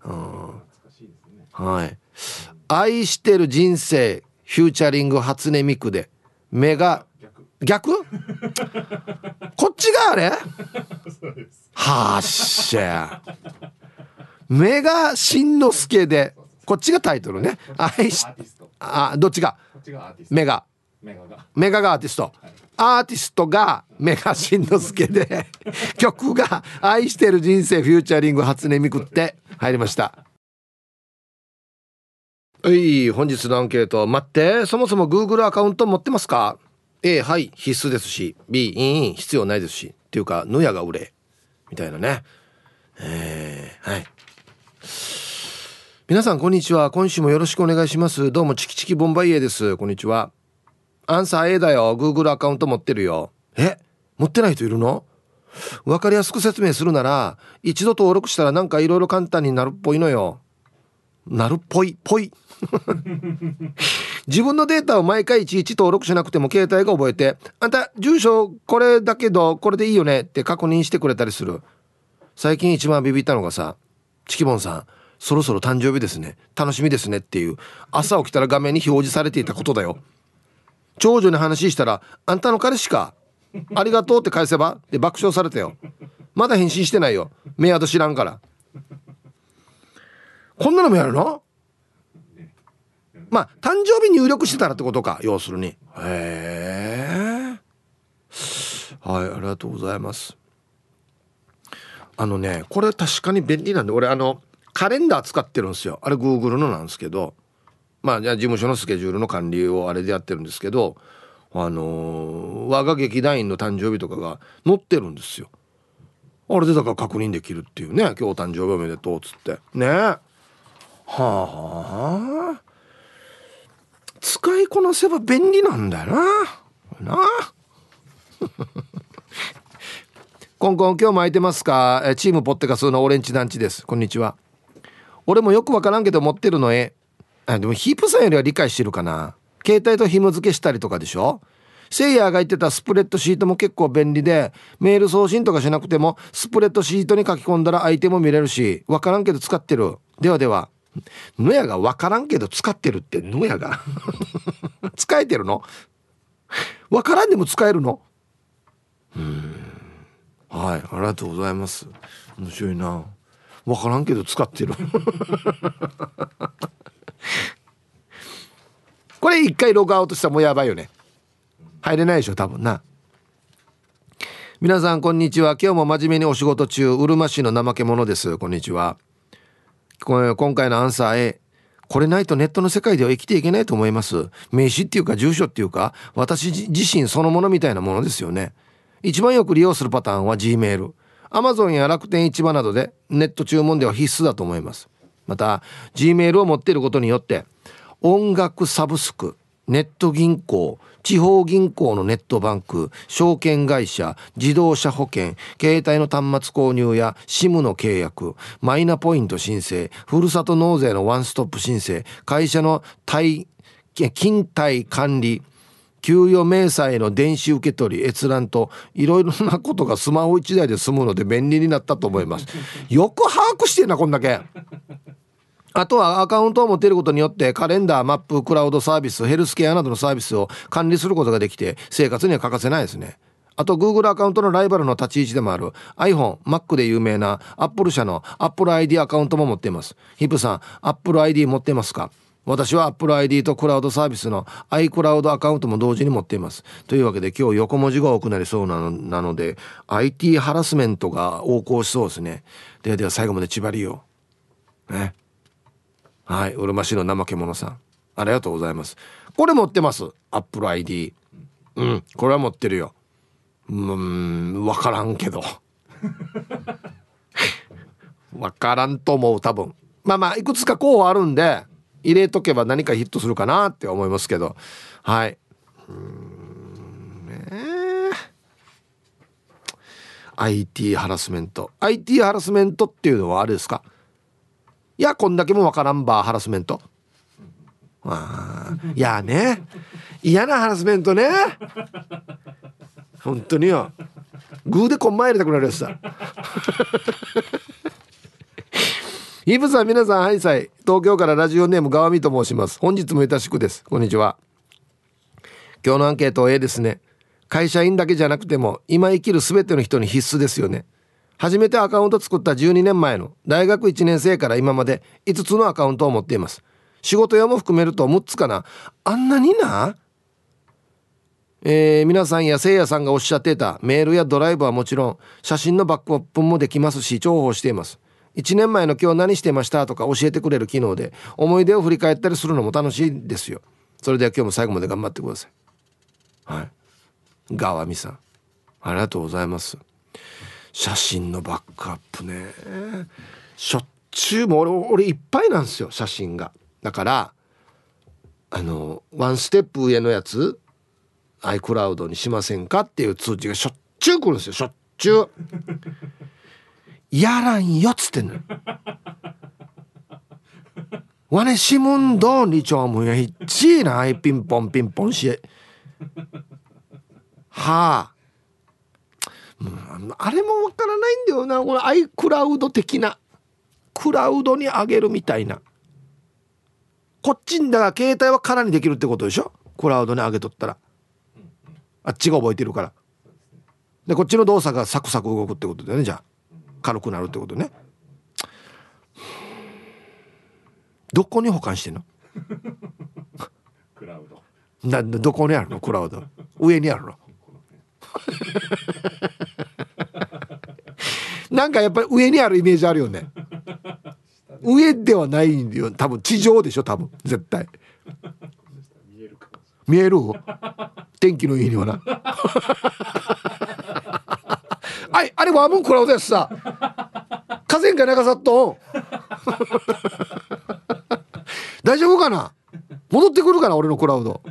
はい。愛してる人生フューチャリング初音ミクで目が逆こっちがあれはっしゃ目がしんのすけでこっちがタイトルね。どっちがメガがアーティスト、アーティストがメガしんのすけで曲が愛してる人生フューチャリング初音ミクって入りました。はい、本日のアンケート。待って、そもそも Google アカウント持ってますか？ A はい必須ですし、 B 必要ないですし、っていうかぬやが売れみたいなね。はい、皆さんこんにちは。今週もよろしくお願いします。どうもチキチキボンバイエーです。こんにちは。アンサー A だよ。 Google アカウント持ってるよ。持ってない人いるの？わかりやすく説明するなら、一度登録したらなんかいろいろ簡単になるっぽいのよ。なるっぽい自分のデータを毎回いちいち登録しなくても携帯が覚えて、あんた住所これだけどこれでいいよねって確認してくれたりする。最近一番ビビったのがさ、チキボンさんそろそろ誕生日ですね、楽しみですねっていう朝起きたら画面に表示されていたことだよ。長女に話したら、あんたの彼氏か、ありがとうって返せばって爆笑されたよ。まだ返信してないよ、メアド知らんから。こんなのもやるの？まあ誕生日入力してたらってことか、要するに。はい、ありがとうございます。これ確かに便利なんで、俺カレンダー使ってるんですよ。あれ Google のなんですけど、まあじゃあ事務所のスケジュールの管理をあれでやってるんですけど、我が劇団員の誕生日とかが載ってるんですよ。あれでだから確認できるっていうね。今日誕生日おめでとうっつってね。はあ、使いこなせば便利なんだよなコンコン、今日も空いてますか？チームポッテカスのオレンジ団地です。こんにちは。俺もよくわからんけど持ってるのでもヒープさんよりは理解してるかな。携帯と紐付けしたりとかでしょ。セイヤーが言ってたスプレッドシートも結構便利で、メール送信とかしなくてもスプレッドシートに書き込んだら相手も見れるし、わからんけど使ってる。ではでは。ぬやがわからんけど使ってるってぬやが使えてるの？わからんでも使えるの？はい、ありがとうございます。面白いな。わからんけど使ってるこれ一回ログアウトしたらもうやばいよね。入れないでしょ多分な。皆さんこんにちは。今日も真面目にお仕事中、うるま市の怠け者です。こんにちは。今回のアンサー A、 これないとネットの世界では生きていけないと思います。名刺っていうか住所っていうか私自身そのものみたいなものですよね。一番よく利用するパターンは G メール、Amazon や楽天市場などでネット注文では必須だと思います。また G メールを持っていることによって音楽サブスク、ネット銀行、地方銀行のネットバンク、証券会社、自動車保険、携帯の端末購入や SIM の契約、マイナポイント申請、ふるさと納税のワンストップ申請、会社の勤怠管理、給与明細の電子受け取り閲覧といろいろなことがスマホ1台で済むので便利になったと思います。よく把握してんなこんだけ。 あとはアカウントを持っていることによってカレンダー、マップ、クラウドサービス、ヘルスケアなどのサービスを管理することができて生活には欠かせないですね。あと Google アカウントのライバルの立ち位置でもある iPhone、Mac で有名な Apple 社の Apple ID アカウントも持っています。ヒップさん Apple ID 持ってますか？私は Apple ID とクラウドサービスの iCloud アカウントも同時に持っています。というわけで今日横文字が多くなりそうなので IT ハラスメントが横行しそうですね。では最後まで縛りよね。はい、うるま市の怠け者さんありがとうございます。これ持ってます Apple ID。 これは持ってるよ。分からんけど分からんと思う。多分まあいくつか候補あるんで入れとけば何かヒットするかなって思いますけど、はい。IT ハラスメントっていうのはあれですか？いやこんだけもわからんばハラスメント。いやね、嫌なハラスメントね。本当によ、グーでこんま入れたくなるやつだ。イブさん、皆さん、はいさい。東京からラジオネーム川見と申します。本日もいたしくです。こんにちは。今日のアンケート A ですね。会社員だけじゃなくても今生きるすべての人に必須ですよね。初めてアカウント作った12年前の大学1年生から今まで5つのアカウントを持っています。仕事用も含めると6つかな。あんなにな。皆さんやせいやさんがおっしゃっていたメールやドライブはもちろん写真のバックアップもできますし重宝しています。1年前の今日何してましたとか教えてくれる機能で思い出を振り返ったりするのも楽しいですよ。それでは今日も最後まで頑張ってください。はい、川見さんありがとうございます。写真のバックアップね、しょっちゅうも俺いっぱいなんですよ写真が。だからワンステップ上のやつ iCloud にしませんかっていう通知がしょっちゅう来るんですよ。しょっちゅうやらんよっつってんの。わねしむんどんりちょもやひっちーなピンポンピンポンしはあ、あれもわからないんだよな。これ iCloud 的なクラウドに上げるみたいな。こっちにだから携帯は空にできるってことでしょ。クラウドに上げとったらあっちが覚えてるからでこっちの動作がサクサク動くってことだよね。じゃあ軽くなるってことね。どこに保管してんの？
クラウド
どこにあるの？クラウド上にあるの？なんかやっぱり上にあるイメージあるよね。上ではないんだよ多分。地上でしょ多分絶対。見える天気のいいにはな。あれはもうクラウドやしさ風が長さっと大丈夫かな。戻ってくるかな俺のクラウド。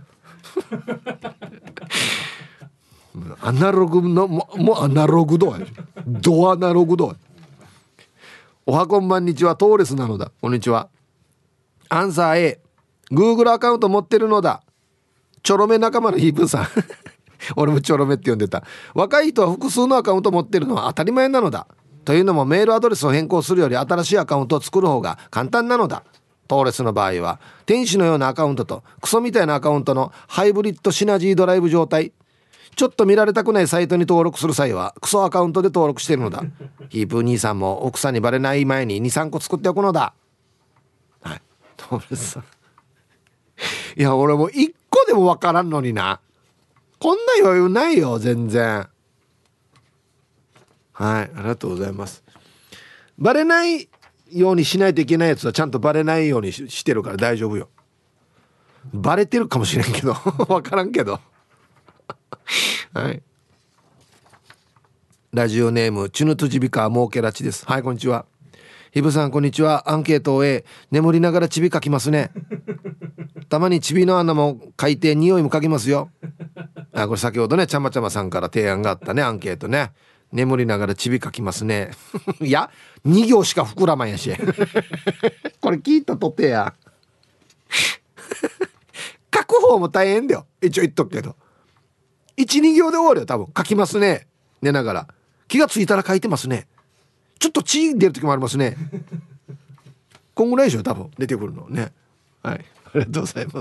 アナログのもうアナログドアドアナログドア。おはこんばんにちはトーレスなのだ。こんにちは。アンサー A、 Google アカウント持ってるのだ。ちょろめ仲間のヒープさん。俺もちょろめって呼んでた。若い人は複数のアカウント持ってるのは当たり前なのだ。というのもメールアドレスを変更するより新しいアカウントを作る方が簡単なのだ。トーレスの場合は天使のようなアカウントとクソみたいなアカウントのハイブリッドシナジードライブ状態。ちょっと見られたくないサイトに登録する際はクソアカウントで登録しているのだ。ヒープ兄さんも奥さんにバレない前に 2,3 個作っておくのだ。はい、トーレスさん。いや俺も1個でもわからんのにな。こんな余裕ないよ全然。はい、ありがとうございます。バレないようにしないといけないやつはちゃんとバレないように してるから大丈夫よ。バレてるかもしれんけどわからんけど。はい。ラジオネームチュヌトジビカモーケラチです。はい、こんにちは。ヒブさんこんにちは。アンケートを A、 眠りながらチビ書きますね。たまにチビの穴も書いて匂いも書きますよ。これ先ほどねちゃまちゃまさんから提案があったねアンケートね。眠りながらチビ書きますね。いや2行しか膨らまんやし。これ聞いたとてや。書く方も大変だよ。一応言っとくけど 1,2 行で終わるよ多分。書きますね。寝ながら気がついたら書いてますね。ちょっと血出る時もありますね。 こんぐらいでしょ多分出てくるのね。はい、ありがとうございます。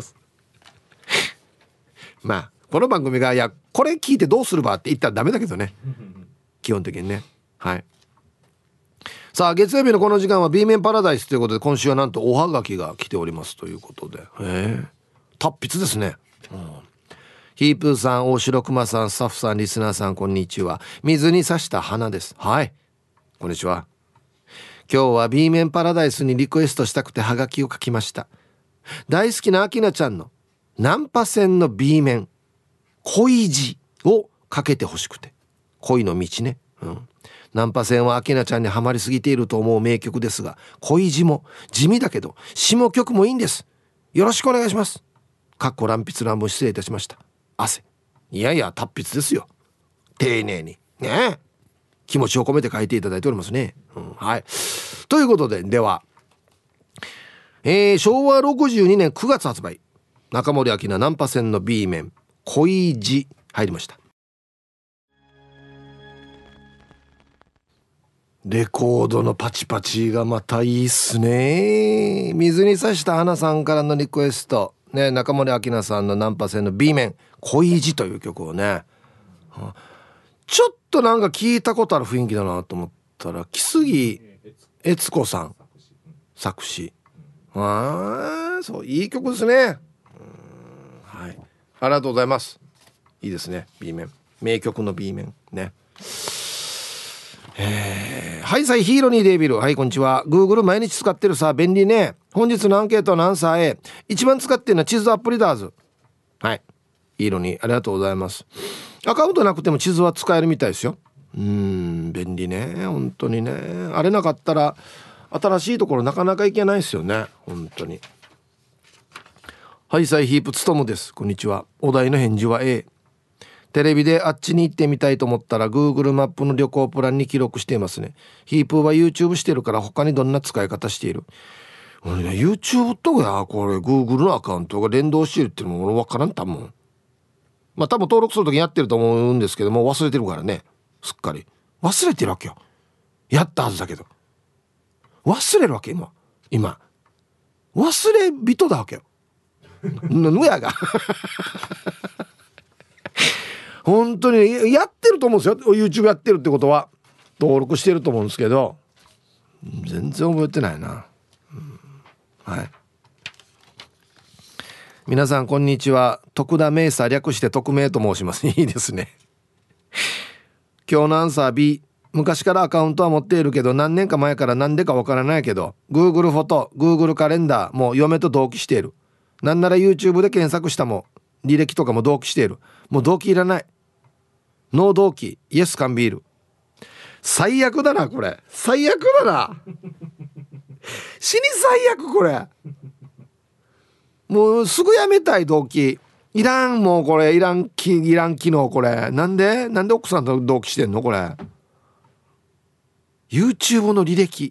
まあこの番組がいやこれ聞いてどうするばって言ったらダメだけどね基本的にね。はい。さあ月曜日のこの時間は B 面パラダイスということで、今週はなんとおはがきが来ておりますということで、達筆ですね。ヒープーさん、大城熊さん、スタッフさん、リスナーさん、こんにちは。水に刺した花です。はい、こんにちは。今日は B 面パラダイスにリクエストしたくてハガキを書きました。大好きなアキナちゃんのナンパ線の B 面恋路をかけてほしくて。恋の道ね。ナンパ線はアキナちゃんにはまりすぎていると思う名曲ですが、恋路も地味だけど下曲もいいんです。よろしくお願いします。かっこ乱筆乱文失礼いたしました。汗。いやいや達筆ですよ。丁寧にね気持ちを込めて書いていただいておりますね。はい。ということで、では、昭和62年9月発売、中森明菜ナンパ線の B 面恋路入りました。レコードのパチパチがまたいいっすね。水に刺した花さんからのリクエストね、中森明菜さんのナンパ線の B 面恋路という曲をね、ちょっとなんか聞いたことある雰囲気だなと思ったら、木杉悦子さん作詞。そういい曲ですね。はい、ありがとうございます。いいですね。 B 面名曲の B 面ね。はいさいヒーローにデビル。はい、こんにちは。 Google 毎日使ってるさ、便利ね。本日のアンケートのアンサー A、 一番使ってるのは地図アプリだーず。はい、ヒーローにありがとうございます。アカウントなくても地図は使えるみたいですよ。便利ね本当にね。あれなかったら新しいところなかなか行けないですよね本当に。はいさいヒープツトムです。こんにちは。お題の返事は A。テレビであっちに行ってみたいと思ったら Google マップの旅行プランに記録していますね。ヒープーは YouTube してるから他にどんな使い方している？俺ね YouTube とかこれ Google のアカウントが連動してるっていうのも俺分からんたもん。まあ多分登録するときにやってると思うんですけども忘れてるからね。すっかり忘れてるわけよ。やったはずだけど忘れるわけ今忘れ人だわけよ。ぬやが本当にやってると思うんですよ。 YouTube やってるってことは登録してると思うんですけど全然覚えてないな。はい、皆さんこんにちは。徳田メイサ略して徳明と申します。いいですね。今日のアンサー B。 昔からアカウントは持っているけど何年か前からなんでかわからないけど Google フォト Google カレンダーも嫁と同期している。なんなら YouTube で検索したも履歴とかも同期している。もう同期いらない。ノー同期イエス缶ビール。最悪だなこれ。最悪だな死に最悪これ。もうすぐやめたい同期いらん。もうこれいらん機能これ。なんで奥さんと同期してんのこれ。 YouTube の履歴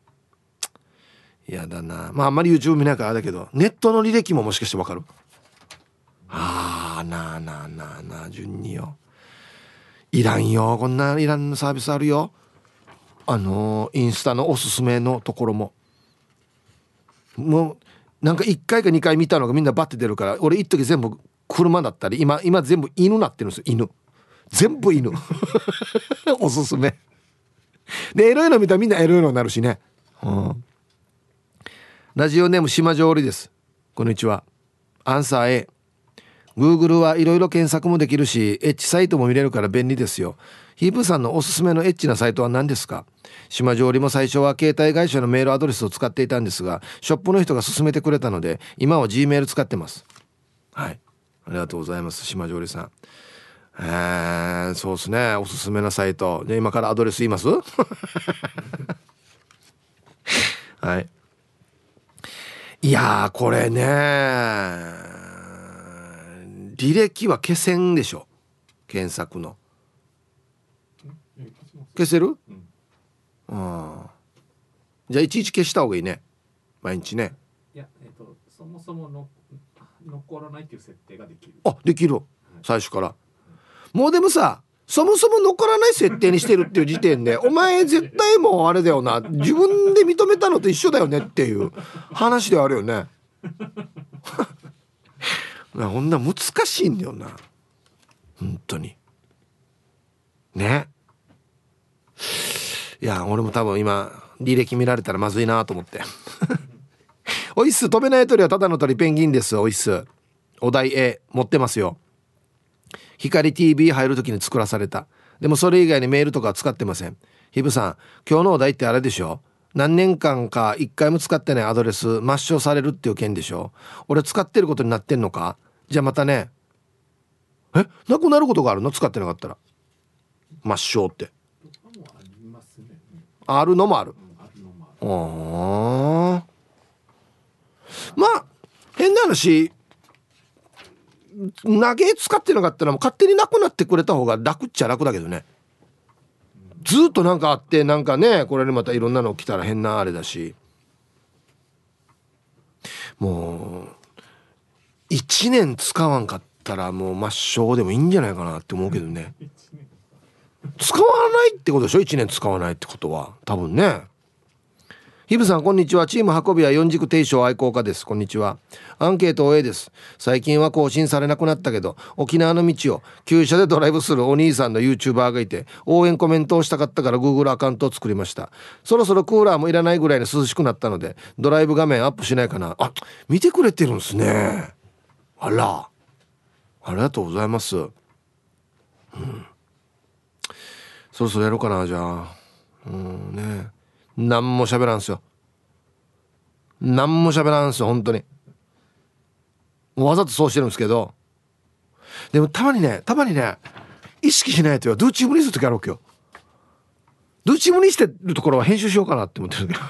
やだな。まああんまり YouTube 見ないからあれだけどネットの履歴ももしかしてわかる？なあ順によ。いらんよこんないらんサービスあるよ。インスタのおすすめのところももうなんか1回か2回見たのがみんなバッて出るから、俺一時全部車だったり今全部犬なってるんですよ。犬全部犬おすすめでエロいの見たらみんなエロいのになるしね。ラジオネーム島上織です。こんにちは。アンサー A。 Google はいろいろ検索もできるしエッチサイトも見れるから便利ですよ。ヒープさんのおすすめのエッチなサイトは何ですか？島上織も最初は携帯会社のメールアドレスを使っていたんですがショップの人が勧めてくれたので今は G メール使ってます。はい、ありがとうございます島上織さん。そうですね。おすすめなサイトで今からアドレス言いますはい。いやーこれね履歴は消せんでしょ。検索の消せる？じゃあいちいち消した方がいいね毎日ね。
いや、そもそもの残らないっていう設定ができる。
できる最初から。もうでもさそもそも残らない設定にしてるっていう時点でお前絶対もうあれだよな、自分で認めたのと一緒だよねっていう話ではあるよねほんな難しいんだよな本当にね。いや俺も多分今履歴見られたらまずいなと思っておいっす、飛べない鳥はただの鳥ペンギンです。おいっす、お題 A 持ってますよ。光 TV 入るときに作らされた。でもそれ以外にメールとかは使ってません。ヒブさん、今日のお題ってあれでしょ、何年間か一回も使ってないアドレス抹消されるっていう件でしょ。俺使ってることになってんのか。じゃあまたね。なくなることがあるの、使ってなかったら抹消って。あるのもある。まあ変な話、投げ使ってなかったらもう勝手になくなってくれた方が楽っちゃ楽だけどね。ずっとなんかあってなんかね、これにまたいろんなの来たら変なあれだし、もう1年使わんかったらもう抹消でもいいんじゃないかなって思うけどね。使わないってことでしょ、1年使わないってことは多分ね。ヒブさんこんにちは。チーム運びは四軸定称愛好家です。こんにちは。アンケート A です。最近は更新されなくなったけど沖縄の道を旧車でドライブするお兄さんの YouTuber がいて応援コメントをしたかったから Google アカウントを作りました。そろそろクーラーもいらないぐらいに涼しくなったのでドライブ画面アップしないかな。あ、見てくれてるんですね。あら、ありがとうございます。そろそろやろうかな。じゃあね、何も喋らんすよ。何も喋らんすよ本当に。わざとそうしてるんですけど、でもたまにね意識しないとよ、ドゥーチームにするときあるわけよ。ドゥーチームにしてるところは編集しようかなって思ってるけど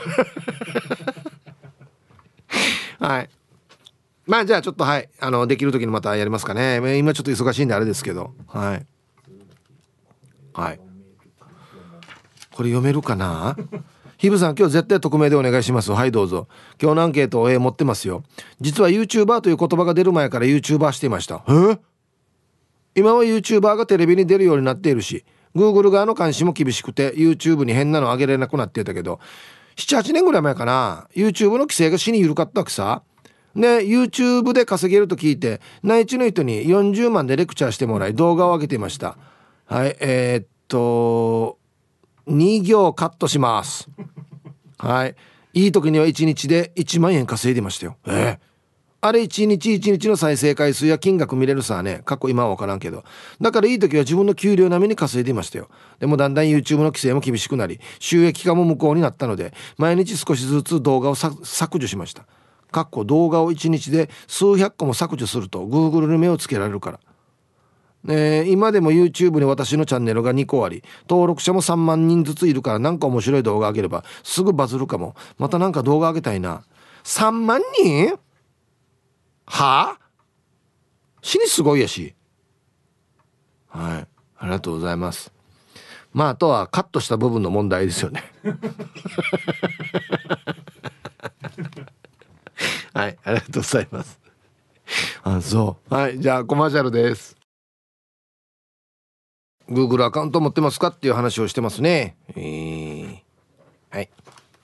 はい、まあじゃあちょっとはいできるときにまたやりますかね。今ちょっと忙しいんであれですけど、はいはい、これ読めるかなヒブさん今日絶対匿名でお願いします。はいどうぞ。今日のアンケートを持ってますよ。実は YouTuber という言葉が出る前から YouTuber していました。今は YouTuber がテレビに出るようになっているし Google 側の監視も厳しくて YouTube に変なの上げられなくなっていたけど 7,8 年ぐらい前かな、 YouTube の規制が死に緩かったわけさ。で YouTube で稼げると聞いて内地の人に40万でレクチャーしてもらい動画を上げていました。はい、2行カットしますはい、いい時には1日で1万円稼いでましたよ。あれ1日1日の再生回数や金額見れるさね。過去今は分からんけど、だからいい時は自分の給料並みに稼いでいましたよ。でもだんだん YouTube の規制も厳しくなり収益化も無効になったので毎日少しずつ動画を削除しました。動画を1日で数百個も削除すると Google に目をつけられるから。今でも YouTube に私のチャンネルが2個あり登録者も3万人ずついるから、なんか面白い動画上げればすぐバズるかも。またなんか動画上げたいな。3万人はあ、死にすごいやし。はい、ありがとうございます。まああとはカットした部分の問題ですよねはい、ありがとうございます。あ、そう。はい、じゃあコマーシャルです。Google アカウント持ってますかっていう話をしてますね。はい。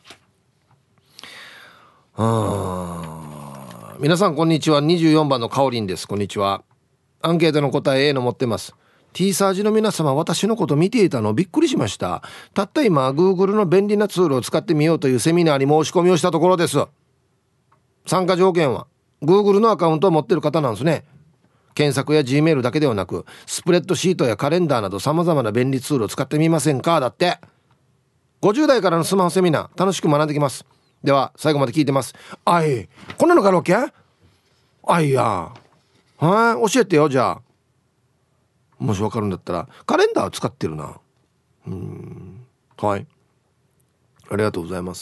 皆さんこんにちは。24番のかおりんです。こんにちは。アンケートの答え A の持ってます。 T サージの皆様、私のこと見ていたのびっくりしました。たった今 Google の便利なツールを使ってみようというセミナーに申し込みをしたところです。参加条件は Google のアカウントを持ってる方なんですね。検索や Gmail だけではなくスプレッドシートやカレンダーなど様々な便利ツールを使ってみませんか。だって50代からのスマホセミナー楽しく学んできます。では最後まで聞いてます。あい、こんなのがあるわけ。あいや、はい、教えてよ。じゃあもし分かるんだったら。カレンダー使ってるな。はい、ありがとうございます。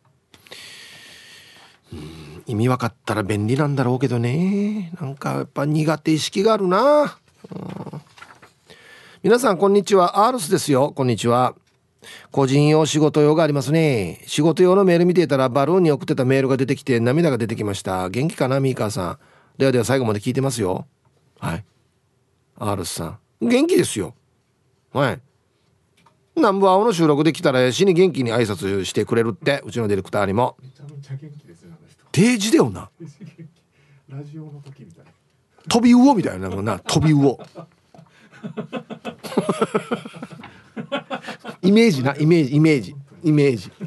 意味分かったら便利なんだろうけどね、なんかやっぱ苦手意識があるな。皆さんこんにちは。アールスですよ。こんにちは。個人用仕事用がありますね。仕事用のメール見ていたらバルーンに送ってたメールが出てきて涙が出てきました。元気かなミーカーさん。ではでは最後まで聞いてますよ。はい、アールスさん元気ですよ。 はい。南部青の収録できたら死に元気に挨拶してくれるって、うちのディレクターにも。
めちゃめちゃ元気ですよ、あの人。
定時だよな。
ラジオの時みたいな。
飛び魚みたいなのな、飛び魚。イメージな、イメージ。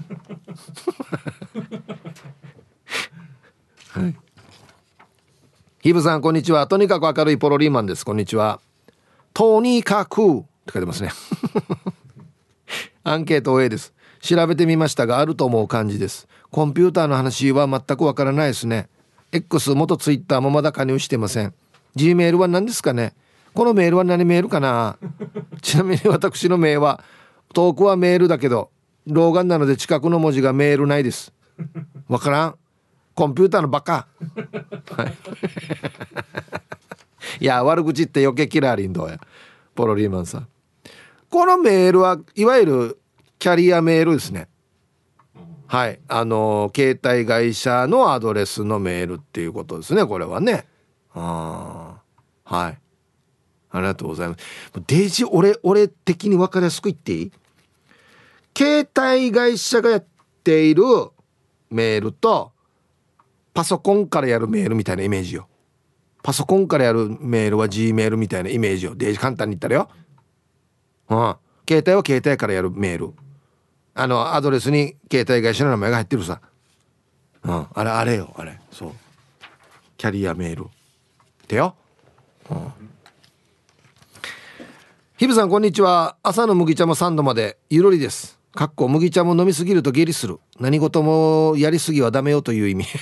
はい。ヒブさんこんにちは。とにかく明るいポロリーマンです。こんにちは。とにかくって書いてますね。アンケート A です。調べてみましたがあると思う感じです。コンピューターの話は全くわからないですね。 X 元ツイッターもまだ加入してません。 G メールは何ですかね。このメールは何メールかな。ちなみに私の名は遠くはメールだけど老眼なので近くの文字がメールないです。わからん。コンピューターのバカ。いや悪口って余計キラーリンどうやポロリーマンさん。このメールはいわゆるキャリアメールですね。はい、携帯会社のアドレスのメールっていうことですね、これはね。はい、ありがとうございます。デジ俺的に分かりやすく言っていい？携帯会社がやっているメールとパソコンからやるメールみたいなイメージよ。パソコンからやるメールは G メールみたいなイメージよ。デジ簡単に言ったらよ。携帯は携帯からやるメール、アドレスに携帯会社の名前が入ってるさ。あれよ、あれ。そうキャリアメールってよ。ヒブさんこんにちは。朝の麦茶も3度までゆるりです。かっこ麦茶も飲みすぎると下痢する。何事もやりすぎはダメよという意味。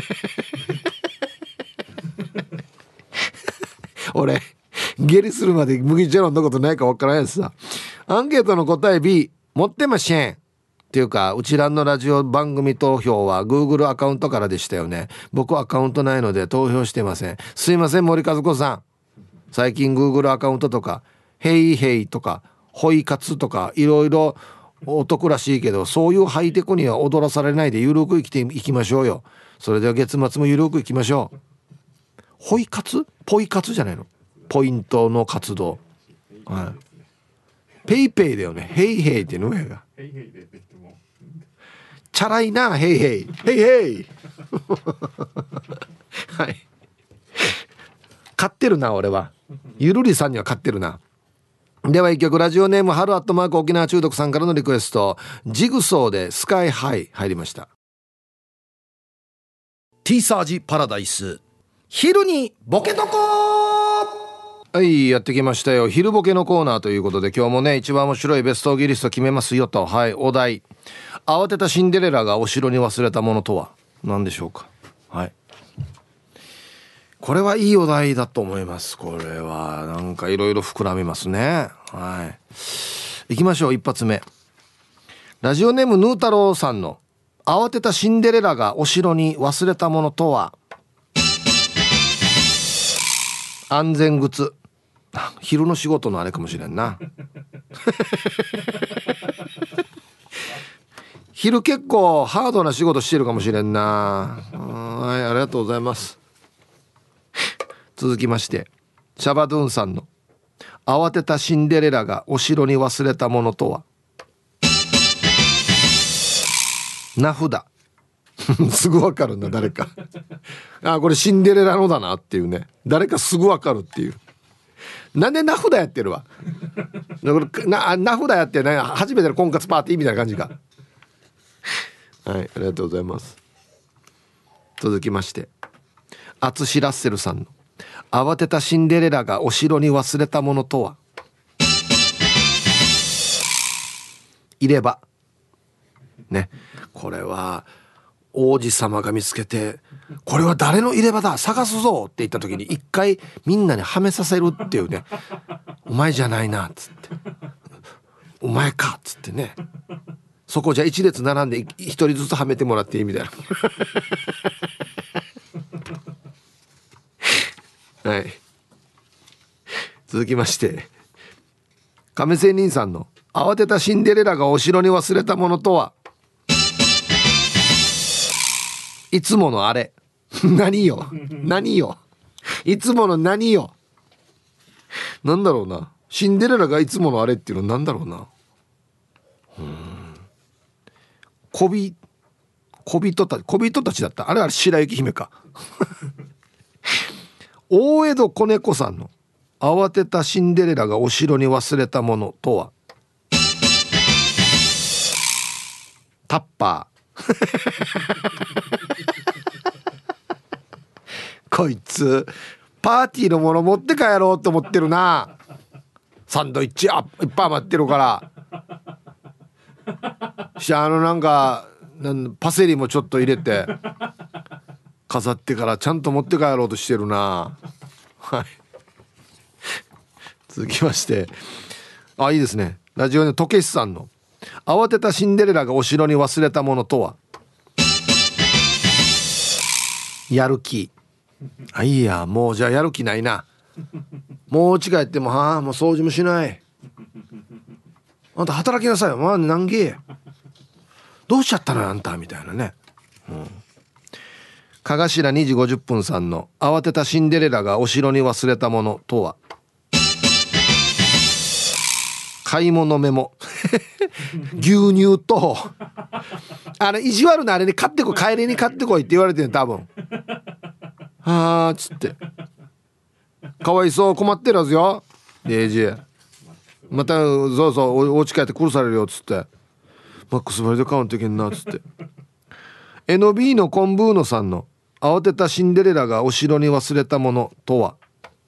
俺下痢するまで麦茶飲んだことないか分からないやつさ。アンケートの答え B 持ってませんっていうか、うちらのラジオ番組投票は Google アカウントからでしたよね。僕アカウントないので投票してません。すいません森和子さん。最近 Google アカウントとかヘイヘイとかホイカツとかいろいろお得らしいけど、そういうハイテクには踊らされないでゆるく生きていきましょうよ。それでは月末もゆるくいきましょう。ホイカツポイカツじゃないの、ポイントの活動、はい、ペイペイだよね。ヘイヘイってのやが
ヘイヘイでできても
チャラいな。ヘイヘイヘイヘイはい、買ってるな俺は。ゆるりさんには買ってるな。では一曲、ラジオネーム春アットマーク沖縄中毒さんからのリクエスト、ジグソーでスカイハイ入りました。 T サージパラダイス昼にボケとこ。はい、やってきましたよ。昼ボケのコーナーということで、今日もね一番面白いベストギリスト決めますよと。はい、お題、慌てたシンデレラがお城に忘れたものとは何でしょうか。はい、これはいいお題だと思います。これはなんかいろいろ膨らみますね。はい、行きましょう。一発目、ラジオネームヌー太郎さんの慌てたシンデレラがお城に忘れたものとは。安全靴。昼の仕事のあれかもしれんな。昼結構ハードな仕事してるかもしれんな。はい、ありがとうございます。続きまして、シャバドゥンさんの慌てたシンデレラがお城に忘れたものとは。名札。すぐわかるんだ誰か。これシンデレラのだなっていうね。誰かすぐわかるっていう。なんで名札やってるわ。名札やってね、初めての婚活パーティーみたいな感じか。はい、ありがとうございます。続きまして、アツシラッセルさんの慌てたシンデレラがお城に忘れたものとは。入れ歯ね。これは王子様が見つけて、これは誰の入れ歯だ探すぞって言った時に一回みんなにはめさせるっていうね。お前じゃないなっつって、お前かっつってね、そこじゃ一列並んで一人ずつはめてもらっていいみたいな。はい、続きまして、亀仙人さんの慌てたシンデレラがお城に忘れたものとは。いつものあれ。何よ何よ、いつもの何よ、なんだろうな。 シンデレラがいつものあれっていうのなんだろうな。小人たちだった。あれ白雪姫か。大江戸子猫さんの慌てたシンデレラがお城に忘れたものとは。タッパー。こいつパーティーのもの持って帰ろうと思ってるな。サンドイッチいっぱい余ってるからし、なんかパセリもちょっと入れて飾ってからちゃんと持って帰ろうとしてるな。はい、続きまして、いいですね。ラジオネームとけしさんの慌てたシンデレラがお城に忘れたものとは。やる気。いやもうじゃあやる気ないな。もう家帰ってももう掃除もしない。あんた働きなさいよ。何げどうしちゃったのよあんたみたいなね。かがしら2時50分さんの慌てたシンデレラがお城に忘れたものとは。買い物メモ。牛乳と意地悪なあれに買ってこい、帰りに買ってこいって言われてる多分。っつってかわいそう、困ってるはずよ。デイジーまたそうお家帰って殺されるよっつって、マックスバリで買わんといけんなっつって。NB のコンブーノさんの慌てたシンデレラがお城に忘れたものとは。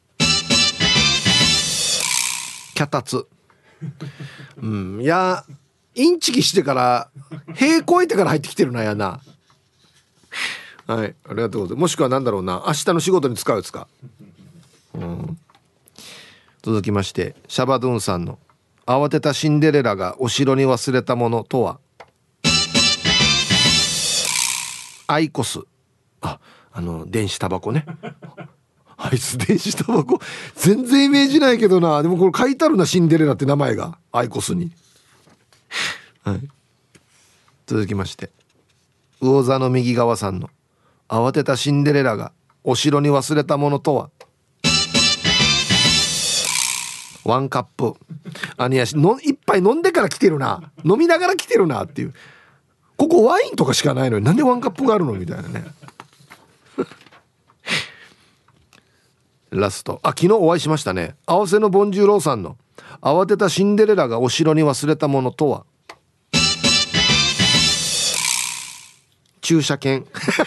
脚立。いやインチキしてから平行いてから入ってきてるなやな。はい、ありがとうございます。もしくは何だろうな、明日の仕事に使うやつか。続きまして、シャバドゥンさんの慌てたシンデレラがお城に忘れたものとは。アイコス。電子タバコね。あいつ電子タバコ全然イメージないけどな。でもこれ書いてあるな、シンデレラって名前がアイコスに。はい、続きまして、魚座の右側さんの慌てたシンデレラがお城に忘れたものとは。ワンカップ。一杯飲んでから来てるな、飲みながら来てるなっていう。ここワインとかしかないのになんでワンカップがあるのみたいなね。ラスト、昨日お会いしましたね。合わせのボンジューローさんの慌てたシンデレラがお城に忘れたものとは。駐車券。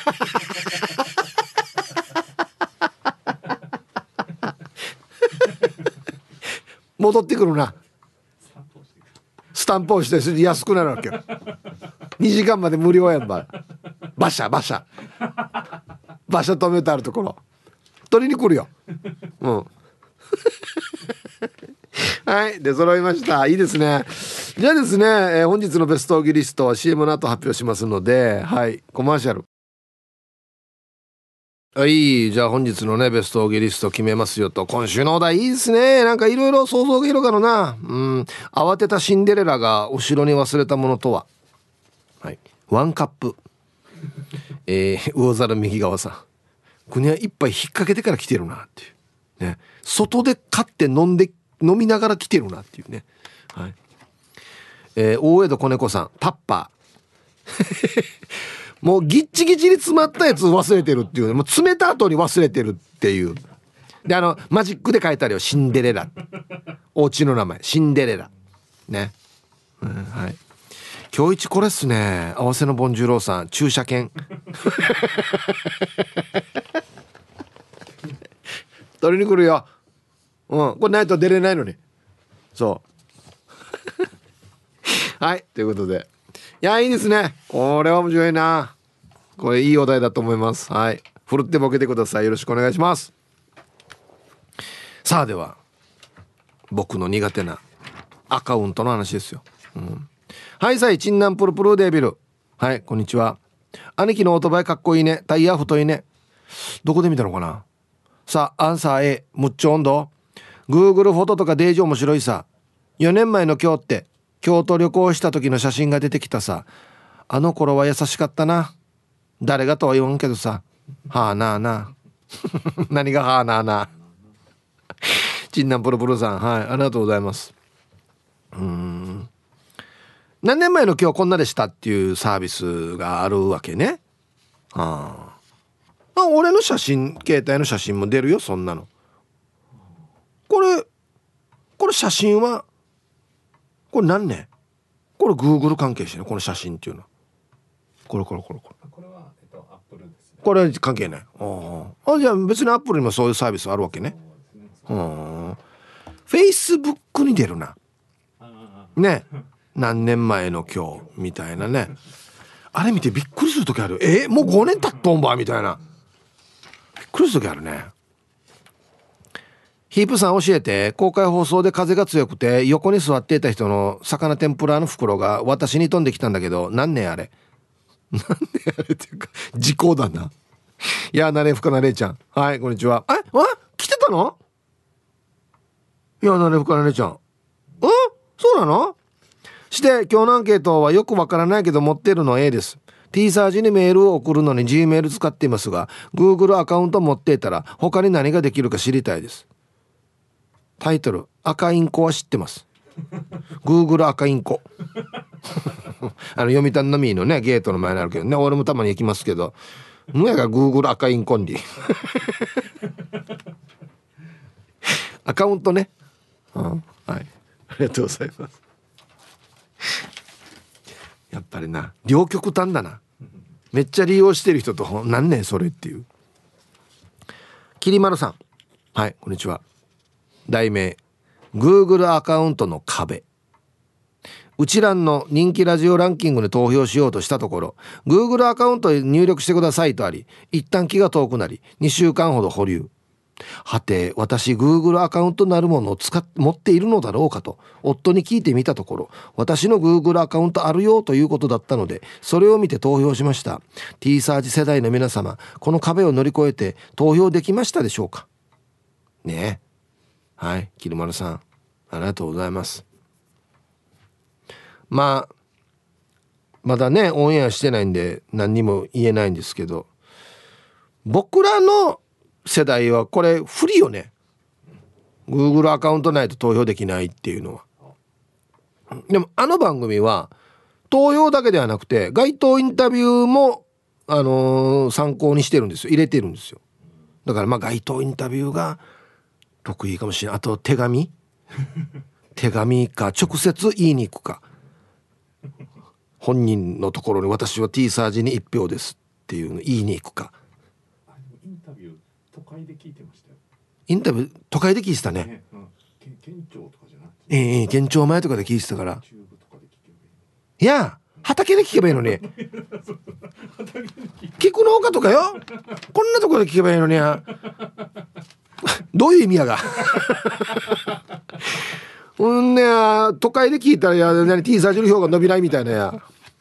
戻ってくるな。スタンプをして安くなるわけよ。2時間まで無料やんば。馬車止めてあるところ取りに来るよ。はい、出揃いました。いいですね。じゃあですね、本日のベストオギリストは CM の後発表しますので、はい、コマーシャル。はい、じゃあ本日のねベストオギリスト決めますよと。今週のお題いいですね。なんかいろいろ想像が広がるな。慌てたシンデレラがお城に忘れたものとは。はい、ワンカップ。魚皿右側さん、国は一杯引っ掛けてから来てるなっていうね。外で買って飲みながら来てるなっていうね。はい、大江戸子猫さん、タッパー。もうギッチギチに詰まったやつ忘れてるっていうね。もう詰めた後に忘れてるっていう。でマジックで書いてあるよ、シンデレラ。お家の名前シンデレラね。はい、今日一これっすね。合わせのボンジュローさん、駐車券。取りに来るよ。これないと出れないのに。そうはい、ということで、いやいいですね。これは面白いな。これいいお題だと思います。はい、ふるってボケてください。よろしくお願いします。さあでは僕の苦手なアカウントの話ですよ。はいさい、チンナンプルプルデービル。はい、こんにちは。兄貴のオートバイかっこいいね。タイヤ太いね。どこで見たのかな。さあアンサー A、 むっちょ温度。 Google フォトとかデージ面白いさ。4年前の今日って京都旅行した時の写真が出てきたさ。あの頃は優しかったな。誰がとは言わんけどさ。はあなあな。何がはあなあな。 チンナンプルプルさん、はい、ありがとうございます。何年前の今日こんなでしたっていうサービスがあるわけね。俺の写真、携帯の写真も出るよ、そんなの。これ写真はこれ何年、これ Google 関係してね、この写真っていうのはこれ
これはアップルですね。
これ関係ない。じゃあ別にアップルにもそういうサービスあるわけね。Facebook に出るなね、何年前の今日みたいなね。あれ見てびっくりする時ある。もう5年経っとんばみたいな、びっくりする時あるね。ヒープさん教えて。公開放送で風が強くて横に座っていた人の魚天ぷらの袋が私に飛んできたんだけど、何年あれ何年あれっていうか時効だな。いや、なれふかなれいちゃん、はい、こんにちは。来てたの？いや、なれふかなれいちゃん、そうなの？して今日のアンケートはよくわからないけど持ってるの A です。 T サージにメールを送るのに G メール使っていますが Google アカウント持っていたら他に何ができるか知りたいです。タイトル、赤インコは知ってます。 Google 赤インコ読谷のみのねゲートの前にあるけどね、俺もたまに行きますけど、むやが Google 赤インコンリアカウントね、はい、ありがとうございます。やっぱりな、両極端だな。めっちゃ利用してる人と何年それっていう。きりまるさん、はい、こんにちは。題名、 Google アカウントの壁。うちらの人気ラジオランキングに投票しようとしたところ Google アカウントに入力してくださいとあり、一旦気が遠くなり2週間ほど保留。はて、私 Google アカウントなるものを持っているのだろうかと夫に聞いてみたところ、私の Google アカウントあるよということだったので、それを見て投票しました。 T サージ世代の皆様、この壁を乗り越えて投票できましたでしょうかね。はい、きるまるさん、ありがとうございます。まだねオンエアしてないんで何にも言えないんですけど、僕らの世代はこれ不利よね。 Google アカウントないと投票できないっていうのは。でもあの番組は投票だけではなくて街頭インタビューも、参考にしてるんですよ、入れてるんですよ。だから街頭インタビューが得意かもしれない。あと手紙か直接言いに行くか、本人のところに私は T サージに1票ですっていうの言いに行くか。
インタビュー都会で聞いてましたよ。
インタビュー都会で聞いてたね。
県庁とかじゃなくて、
県庁前とかで聞いてたから。いや、畑で聞けばいいのに聞くのほかとかよ、こんなところで聞けばいいのにやどういう意味やがねや、都会で聞いたら何 T サージの票が伸びないみたいなや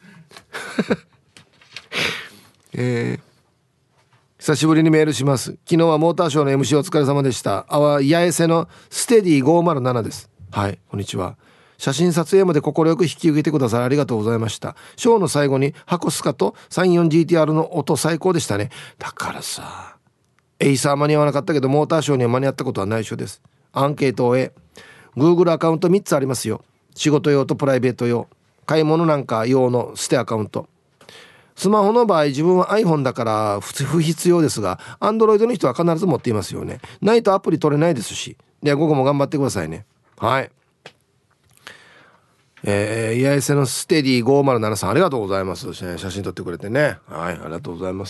久しぶりにメールします。昨日はモーターショーの MC お疲れ様でした。八重瀬のステディ507です。はい、こんにちは。写真撮影まで快く引き受けてくださいありがとうございました。ショーの最後に箱スカと 34GTR の音最高でしたね。だからさ、エイサー間に合わなかったけどモーターショーには間に合ったことは内緒です。アンケートをGoogle アカウント3つありますよ。仕事用とプライベート用、買い物なんか用の捨てアカウント。スマホの場合自分は iPhone だから不必要ですが Android の人は必ず持っていますよね。ないとアプリ取れないですし。では午後も頑張ってくださいね。はい、八重瀬のステディ507さんありがとうございます。写真撮ってくれてね、はい、ありがとうございます。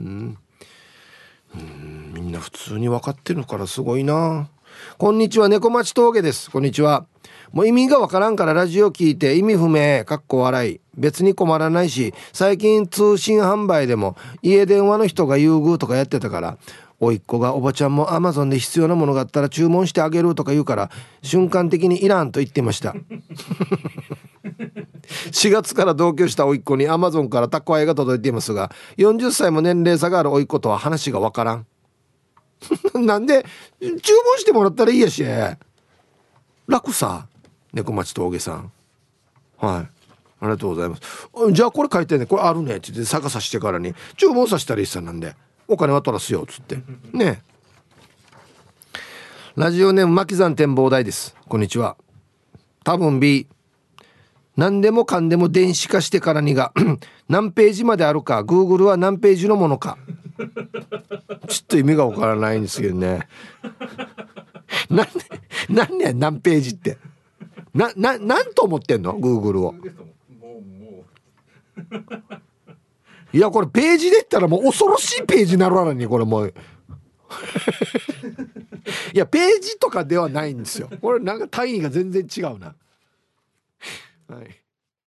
みんな普通に分かってるからすごいな。こんにちは、猫町峠です。こんにちは。もう意味がわからんからラジオ聞いて意味不明かっこ笑い、別に困らないし、最近通信販売でも家電話の人が優遇とかやってたから、おいっ子がおばちゃんも Amazon で必要なものがあったら注文してあげるとか言うから瞬間的にいらんと言ってました4月から同居したおいっ子に Amazon から宅配が届いていますが、40歳も年齢差があるおいっ子とは話がわからんなんで注文してもらったらいいやし、楽さ。猫町峠さん、はい、ありがとうございます。じゃあこれ書いてね、これあるねって言って探さしてからに注文させたらいいさなんでお金は取らすよっつってね。 ラジオネーム巻山展望台です。こんにちは。多分 B。何でもかんでも電子化してからにが何ページまであるか Google は何ページのものかちょっと意味がわからないんですけどね。なんで何ページってなんと思ってんの Google を。いやこれページで言ったらもう恐ろしいページになるわにこれもういやページとかではないんですよ。これなんか単位が全然違うな。はい。